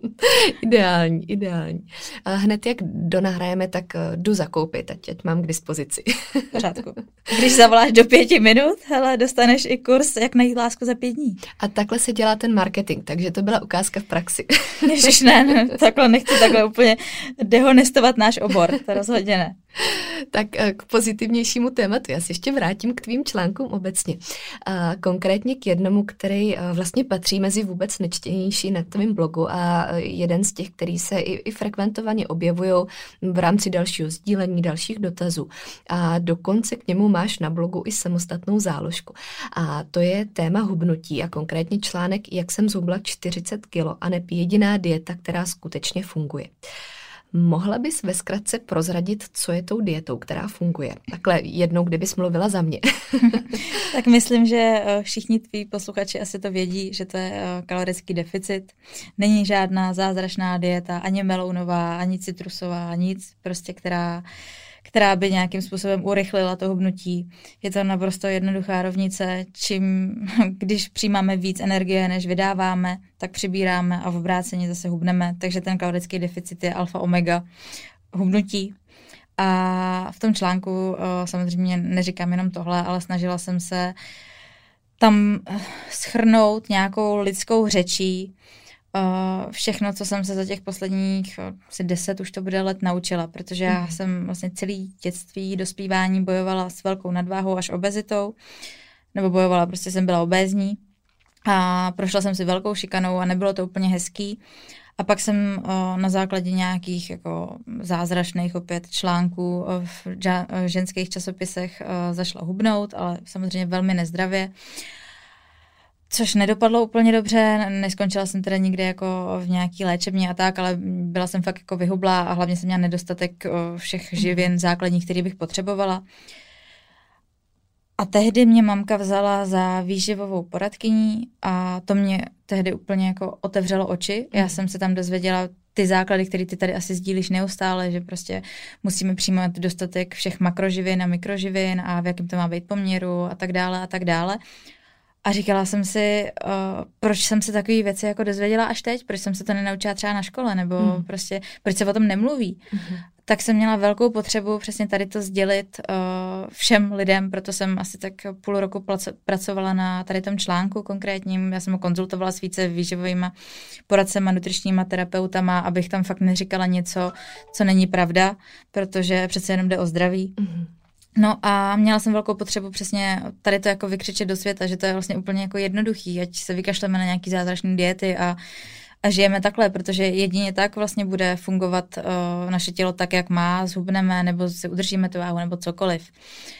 Ideální, ideální. A hned jak donahrajeme, tak jdu zakoupit, ať, ať mám k dispozici. V pořádku. Když zavoláš do pěti minut, hele, dostaneš i kurz, jak najít lásku za pět dní. A takhle se dělá ten marketing, takže to byla ukázka v praxi. Ježiš, ne, ne, takhle nechci takhle úplně dehonestovat náš obor, to rozhodně ne. Tak k pozitivnějšímu tématu. Já se ještě vrátím k tvým článkům obecně. A konkrétně k jednomu, který vlastně patří mezi vůbec nečtenější na tvém blogu a jeden z těch, který se i, i frekventovaně objevují v rámci dalšího sdílení, dalších dotazů. A dokonce k němu máš na blogu i samostatnou záložku. A to je téma hubnutí a konkrétně článek, jak jsem zhubla čtyřicet kilo a neb jediná dieta, která skutečně funguje. Mohla bys ve zkratce prozradit, co je tou dietou, která funguje? Takhle jednou, kdybys mluvila za mě. Tak myslím, že všichni tví posluchači asi to vědí, že to je kalorický deficit. Není žádná zázračná dieta, ani melounová, ani citrusová, nic, prostě která, která by nějakým způsobem urychlila to hubnutí. Je to naprosto jednoduchá rovnice, čím, když přijímáme víc energie, než vydáváme, tak přibíráme a v obráceně zase hubneme. Takže ten kalorický deficit je alfa omega hubnutí. A v tom článku samozřejmě neříkám jenom tohle, ale snažila jsem se tam shrnout nějakou lidskou řečí všechno, co jsem se za těch posledních asi deset, už to bude let, naučila, protože já jsem vlastně celý dětství, dospívání bojovala s velkou nadváhou až obezitou, nebo bojovala, prostě jsem byla obézní a prošla jsem si velkou šikanou a nebylo to úplně hezký. A pak jsem o, na základě nějakých jako zázračných opět článků v dža, ženských časopisech o, zašla hubnout, ale samozřejmě velmi nezdravě. Což nedopadlo úplně dobře, neskončila jsem teda nikdy jako v nějaký léčebně a tak, ale byla jsem fakt jako vyhublá a hlavně jsem měla nedostatek všech živin základních, který bych potřebovala. A tehdy mě mamka vzala za výživovou poradkyní a to mě tehdy úplně jako otevřelo oči. Já jsem se tam dozvěděla ty základy, které ty tady asi sdílíš neustále, že prostě musíme přijímat dostatek všech makroživin a mikroživin a v jakém to má být poměru a tak dále a tak dále. A říkala jsem si, uh, proč jsem se takové věci jako dozvěděla až teď, proč jsem se to nenaučila třeba na škole, nebo hmm. prostě, proč se o tom nemluví. Hmm. Tak jsem měla velkou potřebu přesně tady to sdělit uh, všem lidem, proto jsem asi tak půl roku plac- pracovala na tady tom článku konkrétním. Já jsem ho konzultovala s více výživovými poradcema, nutričníma terapeutama, abych tam fakt neříkala něco, co není pravda, protože přece jenom jde o zdraví. Hmm. No a měla jsem velkou potřebu přesně tady to jako vykřičet do světa, že to je vlastně úplně jako jednoduchý, ať se vykašleme na nějaký zázračný diety a, a žijeme takhle, protože jedině tak vlastně bude fungovat uh, naše tělo tak, jak má, zhubneme nebo si udržíme tu váhu nebo cokoliv.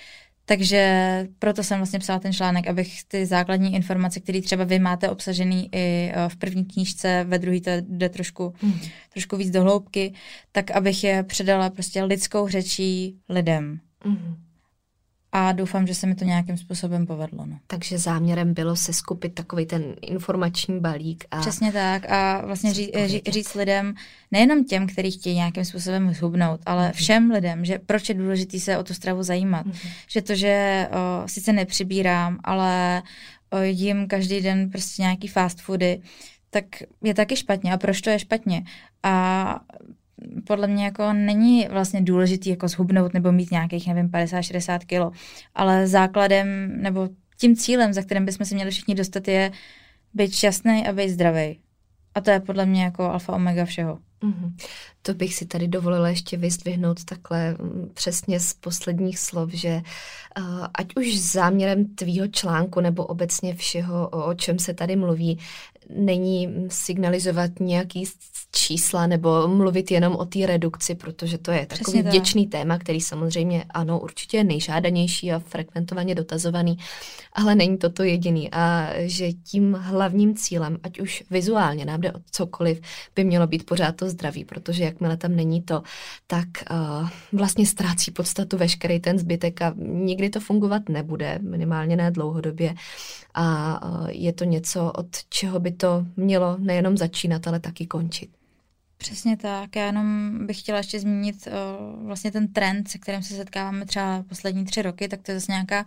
Takže proto jsem vlastně psala ten článek, abych ty základní informace, které třeba vy máte obsažený i v první knížce, ve druhé to jde trošku, mm. trošku víc do hloubky, tak abych je předala prostě lidskou řečí lidem. Mm. A doufám, že se mi to nějakým způsobem povedlo. No. Takže záměrem bylo se skupit takový ten informační balík. A přesně tak. A vlastně ří, ří, říct lidem, nejenom těm, kteří chtějí nějakým způsobem zhubnout, ale všem lidem, že proč je důležité se o tu stravu zajímat. Mm-hmm. Že to, že o, sice nepřibírám, ale o, jím každý den prostě nějaký fast foody, tak je taky špatně. A proč to je špatně? A podle mě jako není vlastně důležitý jako zhubnout nebo mít nějakých, nevím, padesát šedesát kilo, ale základem nebo tím cílem, za kterým bychom se měli všichni dostat, je být šťastný a být zdravý. A to je podle mě jako alfa omega všeho. Mm-hmm. To bych si tady dovolila ještě vyzdvihnout takhle přesně z posledních slov, že uh, ať už záměrem tvýho článku nebo obecně všeho, o, o čem se tady mluví, není signalizovat nějaký čísla nebo mluvit jenom o té redukci, protože to je takový vděčný téma, který samozřejmě ano, určitě je nejžádanější a frekventovaně dotazovaný, ale není to to jediný. A že tím hlavním cílem, ať už vizuálně nám jde o cokoliv, by mělo být pořád to zdraví, protože jakmile tam není to, tak uh, vlastně ztrácí podstatu veškerý ten zbytek a nikdy to fungovat nebude, minimálně ne dlouhodobě. A uh, je to něco, od čeho by to mělo nejenom začínat, ale taky končit. Přesně tak. Já jenom bych chtěla ještě zmínit uh, vlastně ten trend, se kterým se setkáváme třeba poslední tři roky, tak to je zase nějaká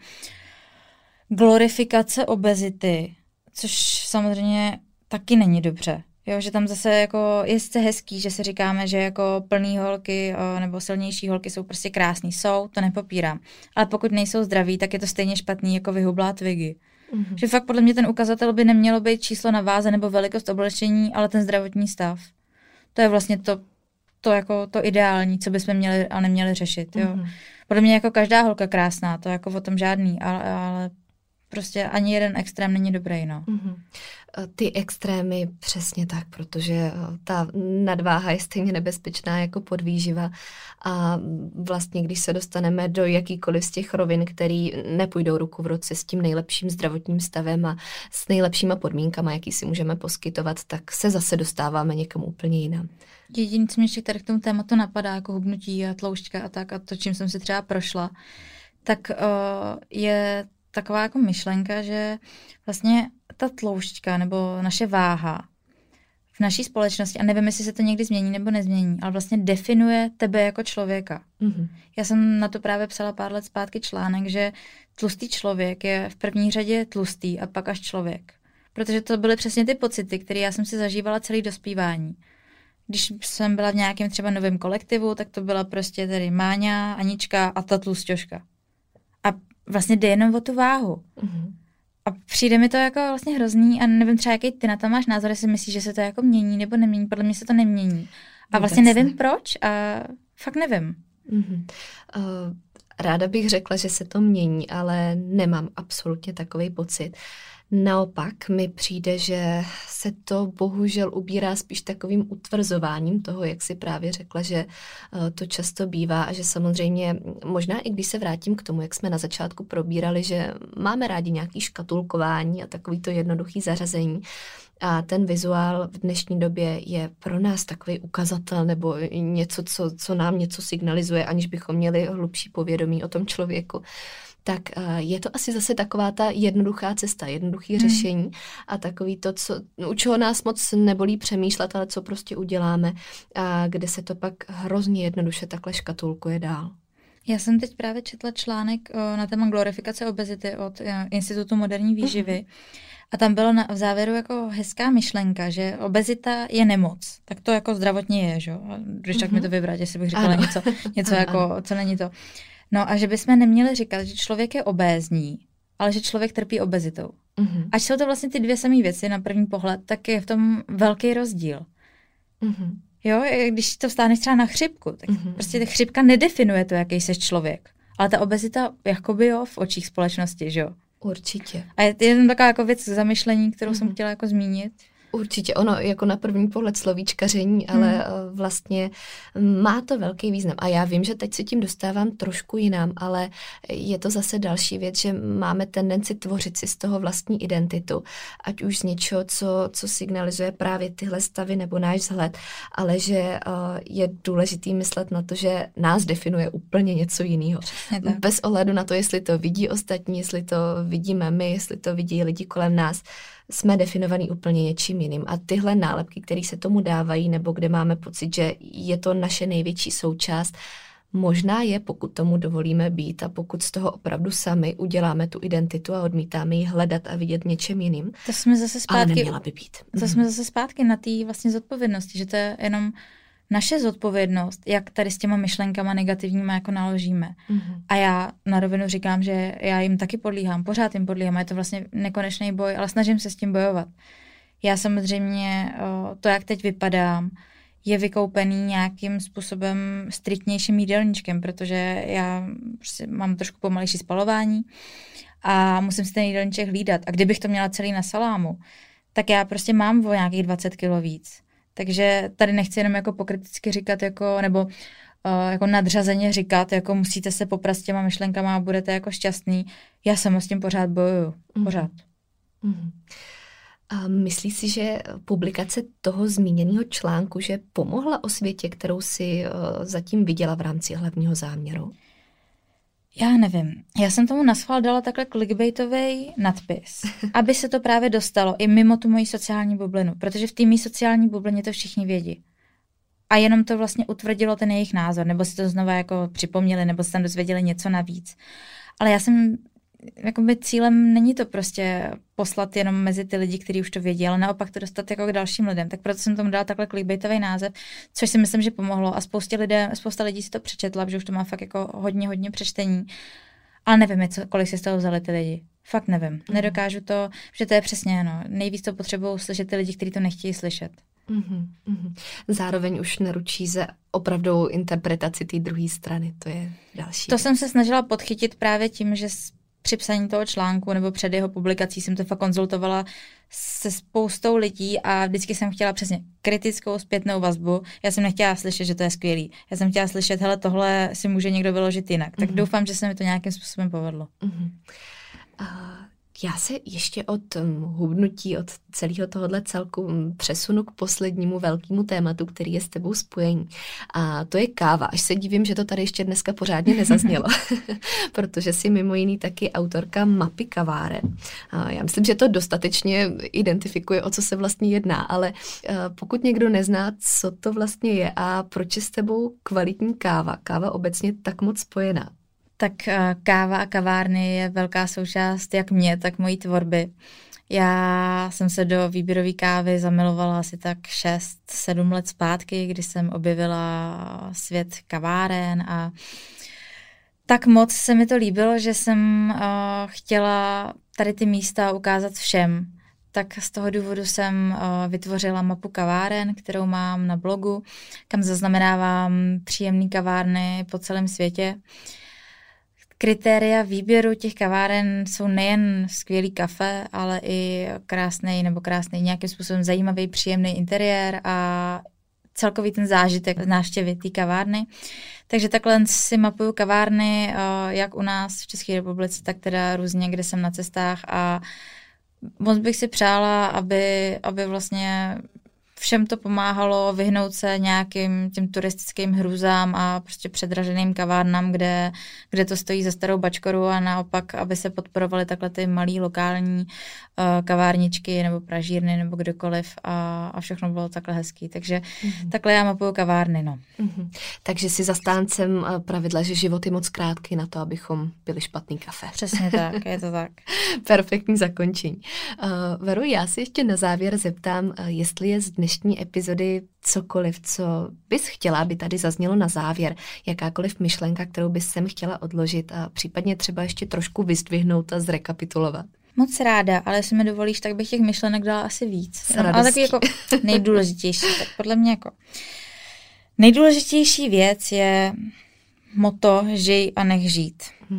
glorifikace obezity, což samozřejmě taky není dobře. Jo, že tam zase jako je sice hezký, že si říkáme, že jako plný holky uh, nebo silnější holky jsou prostě krásný. Jsou, to nepopírám. Ale pokud nejsou zdraví, tak je to stejně špatný jako vyhublá Twiggy. Mm-hmm. Že fakt podle mě ten ukazatel by nemělo být číslo na váze nebo velikost oblečení, ale ten zdravotní stav. To je vlastně to, to, jako to ideální, co bychom měli a neměli řešit. Jo. Mm-hmm. Podle mě jako každá holka krásná, to jako o tom žádný, ale, ale prostě ani jeden extrém není dobrý. No. Mm-hmm. Ty extrémy přesně tak, protože ta nadváha je stejně nebezpečná jako podvýživa a vlastně když se dostaneme do jakýkoliv z těch rovin, který nepůjdou ruku v ruce s tím nejlepším zdravotním stavem a s nejlepšíma podmínkama, jaký si můžeme poskytovat, tak se zase dostáváme někam úplně jinam. Jediný, co mě ještě tady k tomu tématu napadá, jako hubnutí a tloušťka a tak a to, čím jsem si třeba prošla, tak uh, je taková jako myšlenka, že vlastně ta tloušťka nebo naše váha v naší společnosti, a nevím, jestli se to někdy změní nebo nezmění, ale vlastně definuje tebe jako člověka. Mm-hmm. Já jsem na to právě psala pár let zpátky článek, že tlustý člověk je v první řadě tlustý a pak až člověk. Protože to byly přesně ty pocity, které já jsem si zažívala celý dospívání. Když jsem byla v nějakém třeba novém kolektivu, tak to byla prostě tady Máňa, Anička a ta tlusťoška. A vlastně jde jenom o tu váhu. Mm-hmm. A přijde mi to jako vlastně hrozný a nevím třeba, jaký ty na to máš názor, jestli myslíš, že se to jako mění nebo nemění. Podle mě se to nemění. A vlastně nevím proč a fakt nevím. Mm-hmm. Uh, ráda bych řekla, že se to mění, ale nemám absolutně takový pocit. Naopak mi přijde, že se to bohužel ubírá spíš takovým utvrzováním toho, jak si právě řekla, že to často bývá a že samozřejmě možná i když se vrátím k tomu, jak jsme na začátku probírali, že máme rádi nějaký škatulkování a takový to jednoduchý zařazení a ten vizuál v dnešní době je pro nás takový ukazatel nebo něco, co, co nám něco signalizuje, aniž bychom měli hlubší povědomí o tom člověku. Tak je to asi zase taková ta jednoduchá cesta, jednoduchý hmm. řešení a takový to, co, u čeho nás moc nebolí přemýšlet, ale co prostě uděláme a kde se to pak hrozně jednoduše takhle škatulkuje dál. Já jsem teď právě četla článek na téma glorifikace obezity od Institutu moderní výživy mm-hmm. a tam bylo na, v závěru jako hezká myšlenka, že obezita je nemoc. Tak to jako zdravotně je, že? Když mm-hmm. tak mi to vybrat, jestli bych říkala ano. něco, něco ano, jako, ano. co není to. No a že bychom neměli říkat, že člověk je obézní, ale že člověk trpí obezitou. Mm-hmm. Ať jsou to vlastně ty dvě samé věci na první pohled, tak je v tom velký rozdíl. Mm-hmm. Jo, když to vstáhneš třeba na chřipku, tak mm-hmm. prostě ta chřipka nedefinuje to, jaký jsi člověk. Ale ta obezita jakoby jo, v očích společnosti, že jo? Určitě. A je to jenom taková jako věc k zamyšlení, kterou mm-hmm. jsem chtěla jako zmínit. Určitě, ono jako na první pohled slovíčkaření, ale hmm. vlastně má to velký význam. A já vím, že teď se tím dostávám trošku jinam, ale je to zase další věc, že máme tendenci tvořit si z toho vlastní identitu, ať už z něčeho, co, co signalizuje právě tyhle stavy nebo náš vzhled, ale že je důležitý myslet na to, že nás definuje úplně něco jiného. Bez ohledu na to, jestli to vidí ostatní, jestli to vidíme my, jestli to vidí lidi kolem nás, jsme definovaní úplně něčím jiným. A tyhle nálepky, které se tomu dávají, nebo kde máme pocit, že je to naše největší součást, možná je, pokud tomu dovolíme být a pokud z toho opravdu sami uděláme tu identitu a odmítáme ji hledat a vidět něčem jiným. To jsme zase zpátky, ale neměla by být. To mm. jsme zase zpátky na té vlastně zodpovědnosti, že to je jenom naše zodpovědnost, jak tady s těma myšlenkama negativníma jako naložíme. Mm-hmm. A já na rovinu říkám, že já jim taky podlíhám, pořád jim podlíhám, a je to vlastně nekonečný boj, ale snažím se s tím bojovat. Já samozřejmě to, jak teď vypadám, je vykoupený nějakým způsobem striktnějším jídelníčkem, protože já prostě mám trošku pomalejší spalování a musím si ten jídelníček hlídat. A kdybych to měla celý na salámu, tak já prostě mám o nějakých dvacet kilo víc. Takže tady nechci jenom jako pokriticky říkat, jako, nebo uh, jako nadřazeně říkat, jako musíte se poprat s těma myšlenkama a budete jako šťastný. Já sama s tím pořád bojuju. Pořád. Mm-hmm. A myslíš si, že publikace toho zmíněného článku, že pomohla osvětě, kterou si uh, zatím viděla v rámci hlavního záměru? Já nevím. Já jsem tomu naschvál dala takhle clickbaitový nadpis, aby se to právě dostalo i mimo tu moji sociální bublinu, protože v té mý sociální bublině to všichni vědí. A jenom to vlastně utvrdilo ten jejich názor, nebo si to znova jako připomněli, nebo si tam dozvěděli něco navíc. Ale já jsem, jakoby cílem není to prostě poslat jenom mezi ty lidi, kteří už to vědí, ale naopak to dostat jako k dalším lidem. Tak proto jsem tomu dala takhle clickbaitový název, což si myslím, že pomohlo a spoustě lidé, spousta lidí si to přečetla, protože už to má fakt jako hodně, hodně přečtení. Ale nevím, co, kolik si z toho vzali ty lidi. Fakt nevím. Mm. Nedokážu to, že to je přesně, no. Nejvíc to potřebují slyšet ty lidi, kteří to nechtějí slyšet. Mm-hmm, mm-hmm. Zároveň už neručí za opravdovou interpretaci té druhé strany. To je další. To věc. Jsem se snažila podchytit právě tím, že při psaní toho článku nebo před jeho publikací jsem to fakt konzultovala se spoustou lidí a vždycky jsem chtěla přesně kritickou zpětnou vazbu. Já jsem nechtěla slyšet, že to je skvělý. Já jsem chtěla slyšet, hele, tohle si může někdo vyložit jinak. Tak mm-hmm. doufám, že se mi to nějakým způsobem povedlo. Mm-hmm. Uh... Já se ještě od um, hubnutí, od celého tohohle celku um, přesunu k poslednímu velkému tématu, který je s tebou spojený. A to je káva. Až se divím, že to tady ještě dneska pořádně nezaznělo, protože jsi mimo jiný taky autorka mapy kaváren. A já myslím, že to dostatečně identifikuje, o co se vlastně jedná, ale uh, pokud někdo nezná, co to vlastně je a proč je s tebou kvalitní káva, káva obecně tak moc spojená. Tak káva a kavárny je velká součást jak mě, tak mojí tvorby. Já jsem se do výběrové kávy zamilovala asi tak šest sedm let zpátky, kdy jsem objevila svět kaváren a tak moc se mi to líbilo, že jsem uh, chtěla tady ty místa ukázat všem. Tak z toho důvodu jsem uh, vytvořila mapu kaváren, kterou mám na blogu, kam zaznamenávám příjemné kavárny po celém světě. Kritéria výběru těch kaváren jsou nejen skvělý kafe, ale i krásný nebo krásný nějakým způsobem zajímavý, příjemný interiér a celkový ten zážitek návštěvy té kavárny. Takže takhle si mapuju kavárny, jak u nás v České republice, tak teda různě, kde jsem na cestách a moc bych si přála, aby, aby vlastně všem to pomáhalo vyhnout se nějakým těm turistickým hrůzám a prostě předraženým kavárnám, kde, kde to stojí za starou bačkoru a naopak, aby se podporovaly takhle ty malý lokální uh, kavárničky nebo pražírny nebo kdokoliv a, a všechno bylo takhle hezký. Takže mm-hmm. takhle já mapuju kavárny, no. Mm-hmm. Takže jsi zastáncem pravidla, že život je moc krátký na to, abychom pili špatný kafe. Přesně tak, je to tak. Perfektní zakončení. Uh, Veru, já si ještě na závěr zeptám, uh, jestli je z dnešní epizody cokoliv, co bys chtěla, aby tady zaznělo na závěr, jakákoliv myšlenka, kterou bys sem chtěla odložit a případně třeba ještě trošku vyzdvihnout a zrekapitulovat. Moc ráda, ale jestli mi dovolíš, tak bych těch myšlenek dala asi víc. No, ale taky jako nejdůležitější. Tak podle mě jako nejdůležitější věc je motto žij a nech žít. Hmm.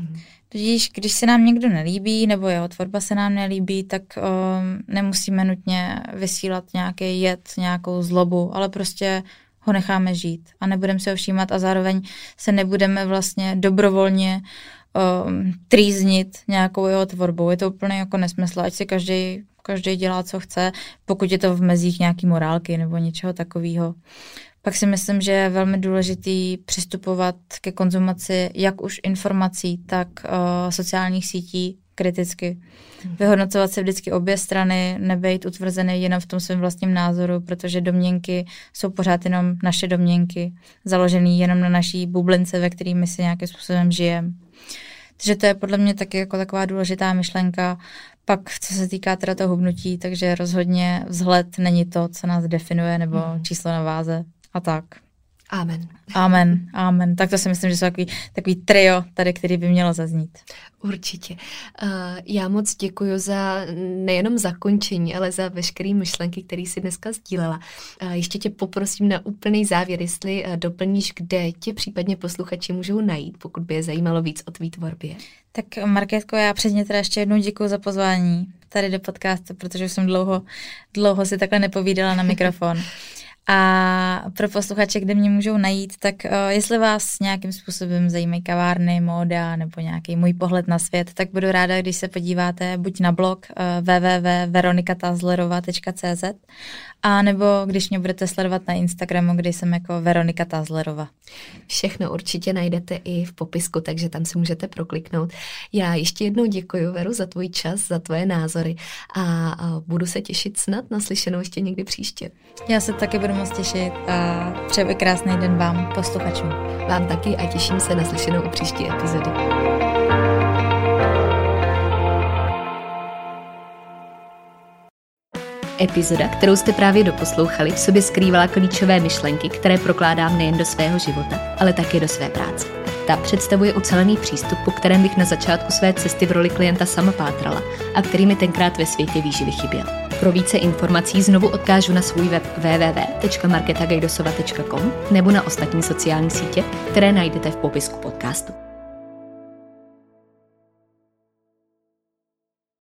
Tudíž, když se nám někdo nelíbí, nebo jeho tvorba se nám nelíbí, tak um, nemusíme nutně vysílat nějaký jed, nějakou zlobu, ale prostě ho necháme žít a nebudeme se ho všímat a zároveň se nebudeme vlastně dobrovolně um, trýznit nějakou jeho tvorbou. Je to úplně jako nesmysl, ať si každý každý dělá, co chce, pokud je to v mezích nějaký morálky nebo něčeho takového. Pak si myslím, že je velmi důležitý přistupovat ke konzumaci jak už informací, tak uh, sociálních sítí kriticky. Vyhodnocovat se vždycky obě strany, nebejt utvrzený jenom v tom svém vlastním názoru, protože domněnky jsou pořád jenom naše domněnky, založený jenom na naší bublince, ve které my si nějakým způsobem žijeme. Takže to je podle mě taky jako taková důležitá myšlenka. Pak, co se týká teda toho hubnutí, takže rozhodně vzhled není to, co nás definuje, nebo mm. číslo na váze a tak. Amen. Amen, amen. Tak to si myslím, že jsou takový, takový trio tady, který by mělo zaznít. Určitě. Uh, já moc děkuji za nejenom zakončení, ale za veškeré myšlenky, které jsi dneska sdílela. Uh, ještě tě poprosím na úplný závěr, jestli uh, doplníš, kde tě případně posluchači můžou najít, pokud by je zajímalo víc o tvý tvorbě. Tak Markétko, já předně teda ještě jednou děkuji za pozvání tady do podcastu, protože jsem dlouho, dlouho si takhle nepovídala na mikrofon. A pro posluchače, kde mě můžou najít, tak uh, jestli vás nějakým způsobem zajímají kavárny, móda nebo nějaký můj pohled na svět, tak budu ráda, když se podíváte buď na blog uh, w w w tečka veronika tazlerova tečka c z a nebo když mě budete sledovat na Instagramu, kde jsem jako Veronika Tazlerova. Všechno určitě najdete i v popisku, takže tam si můžete prokliknout. Já ještě jednou děkuji, Veru, za tvůj čas, za tvoje názory a, a budu se těšit snad na slyšenou ještě někdy příště. Já se taky budu moc těšit a přeji krásný den vám, posluchačům. Vám taky a těším se na slyšenou u příští epizody. Epizoda, kterou jste právě doposlouchali, v sobě skrývala klíčové myšlenky, které prokládám nejen do svého života, ale také do své práce. Ta představuje ucelený přístup, po kterém bych na začátku své cesty v roli klienta sama pátrala a který mi tenkrát ve světě výživy chyběl. Pro více informací znovu odkážu na svůj web w w w tečka marketa gajdosova tečka com nebo na ostatní sociální sítě, které najdete v popisku podcastu.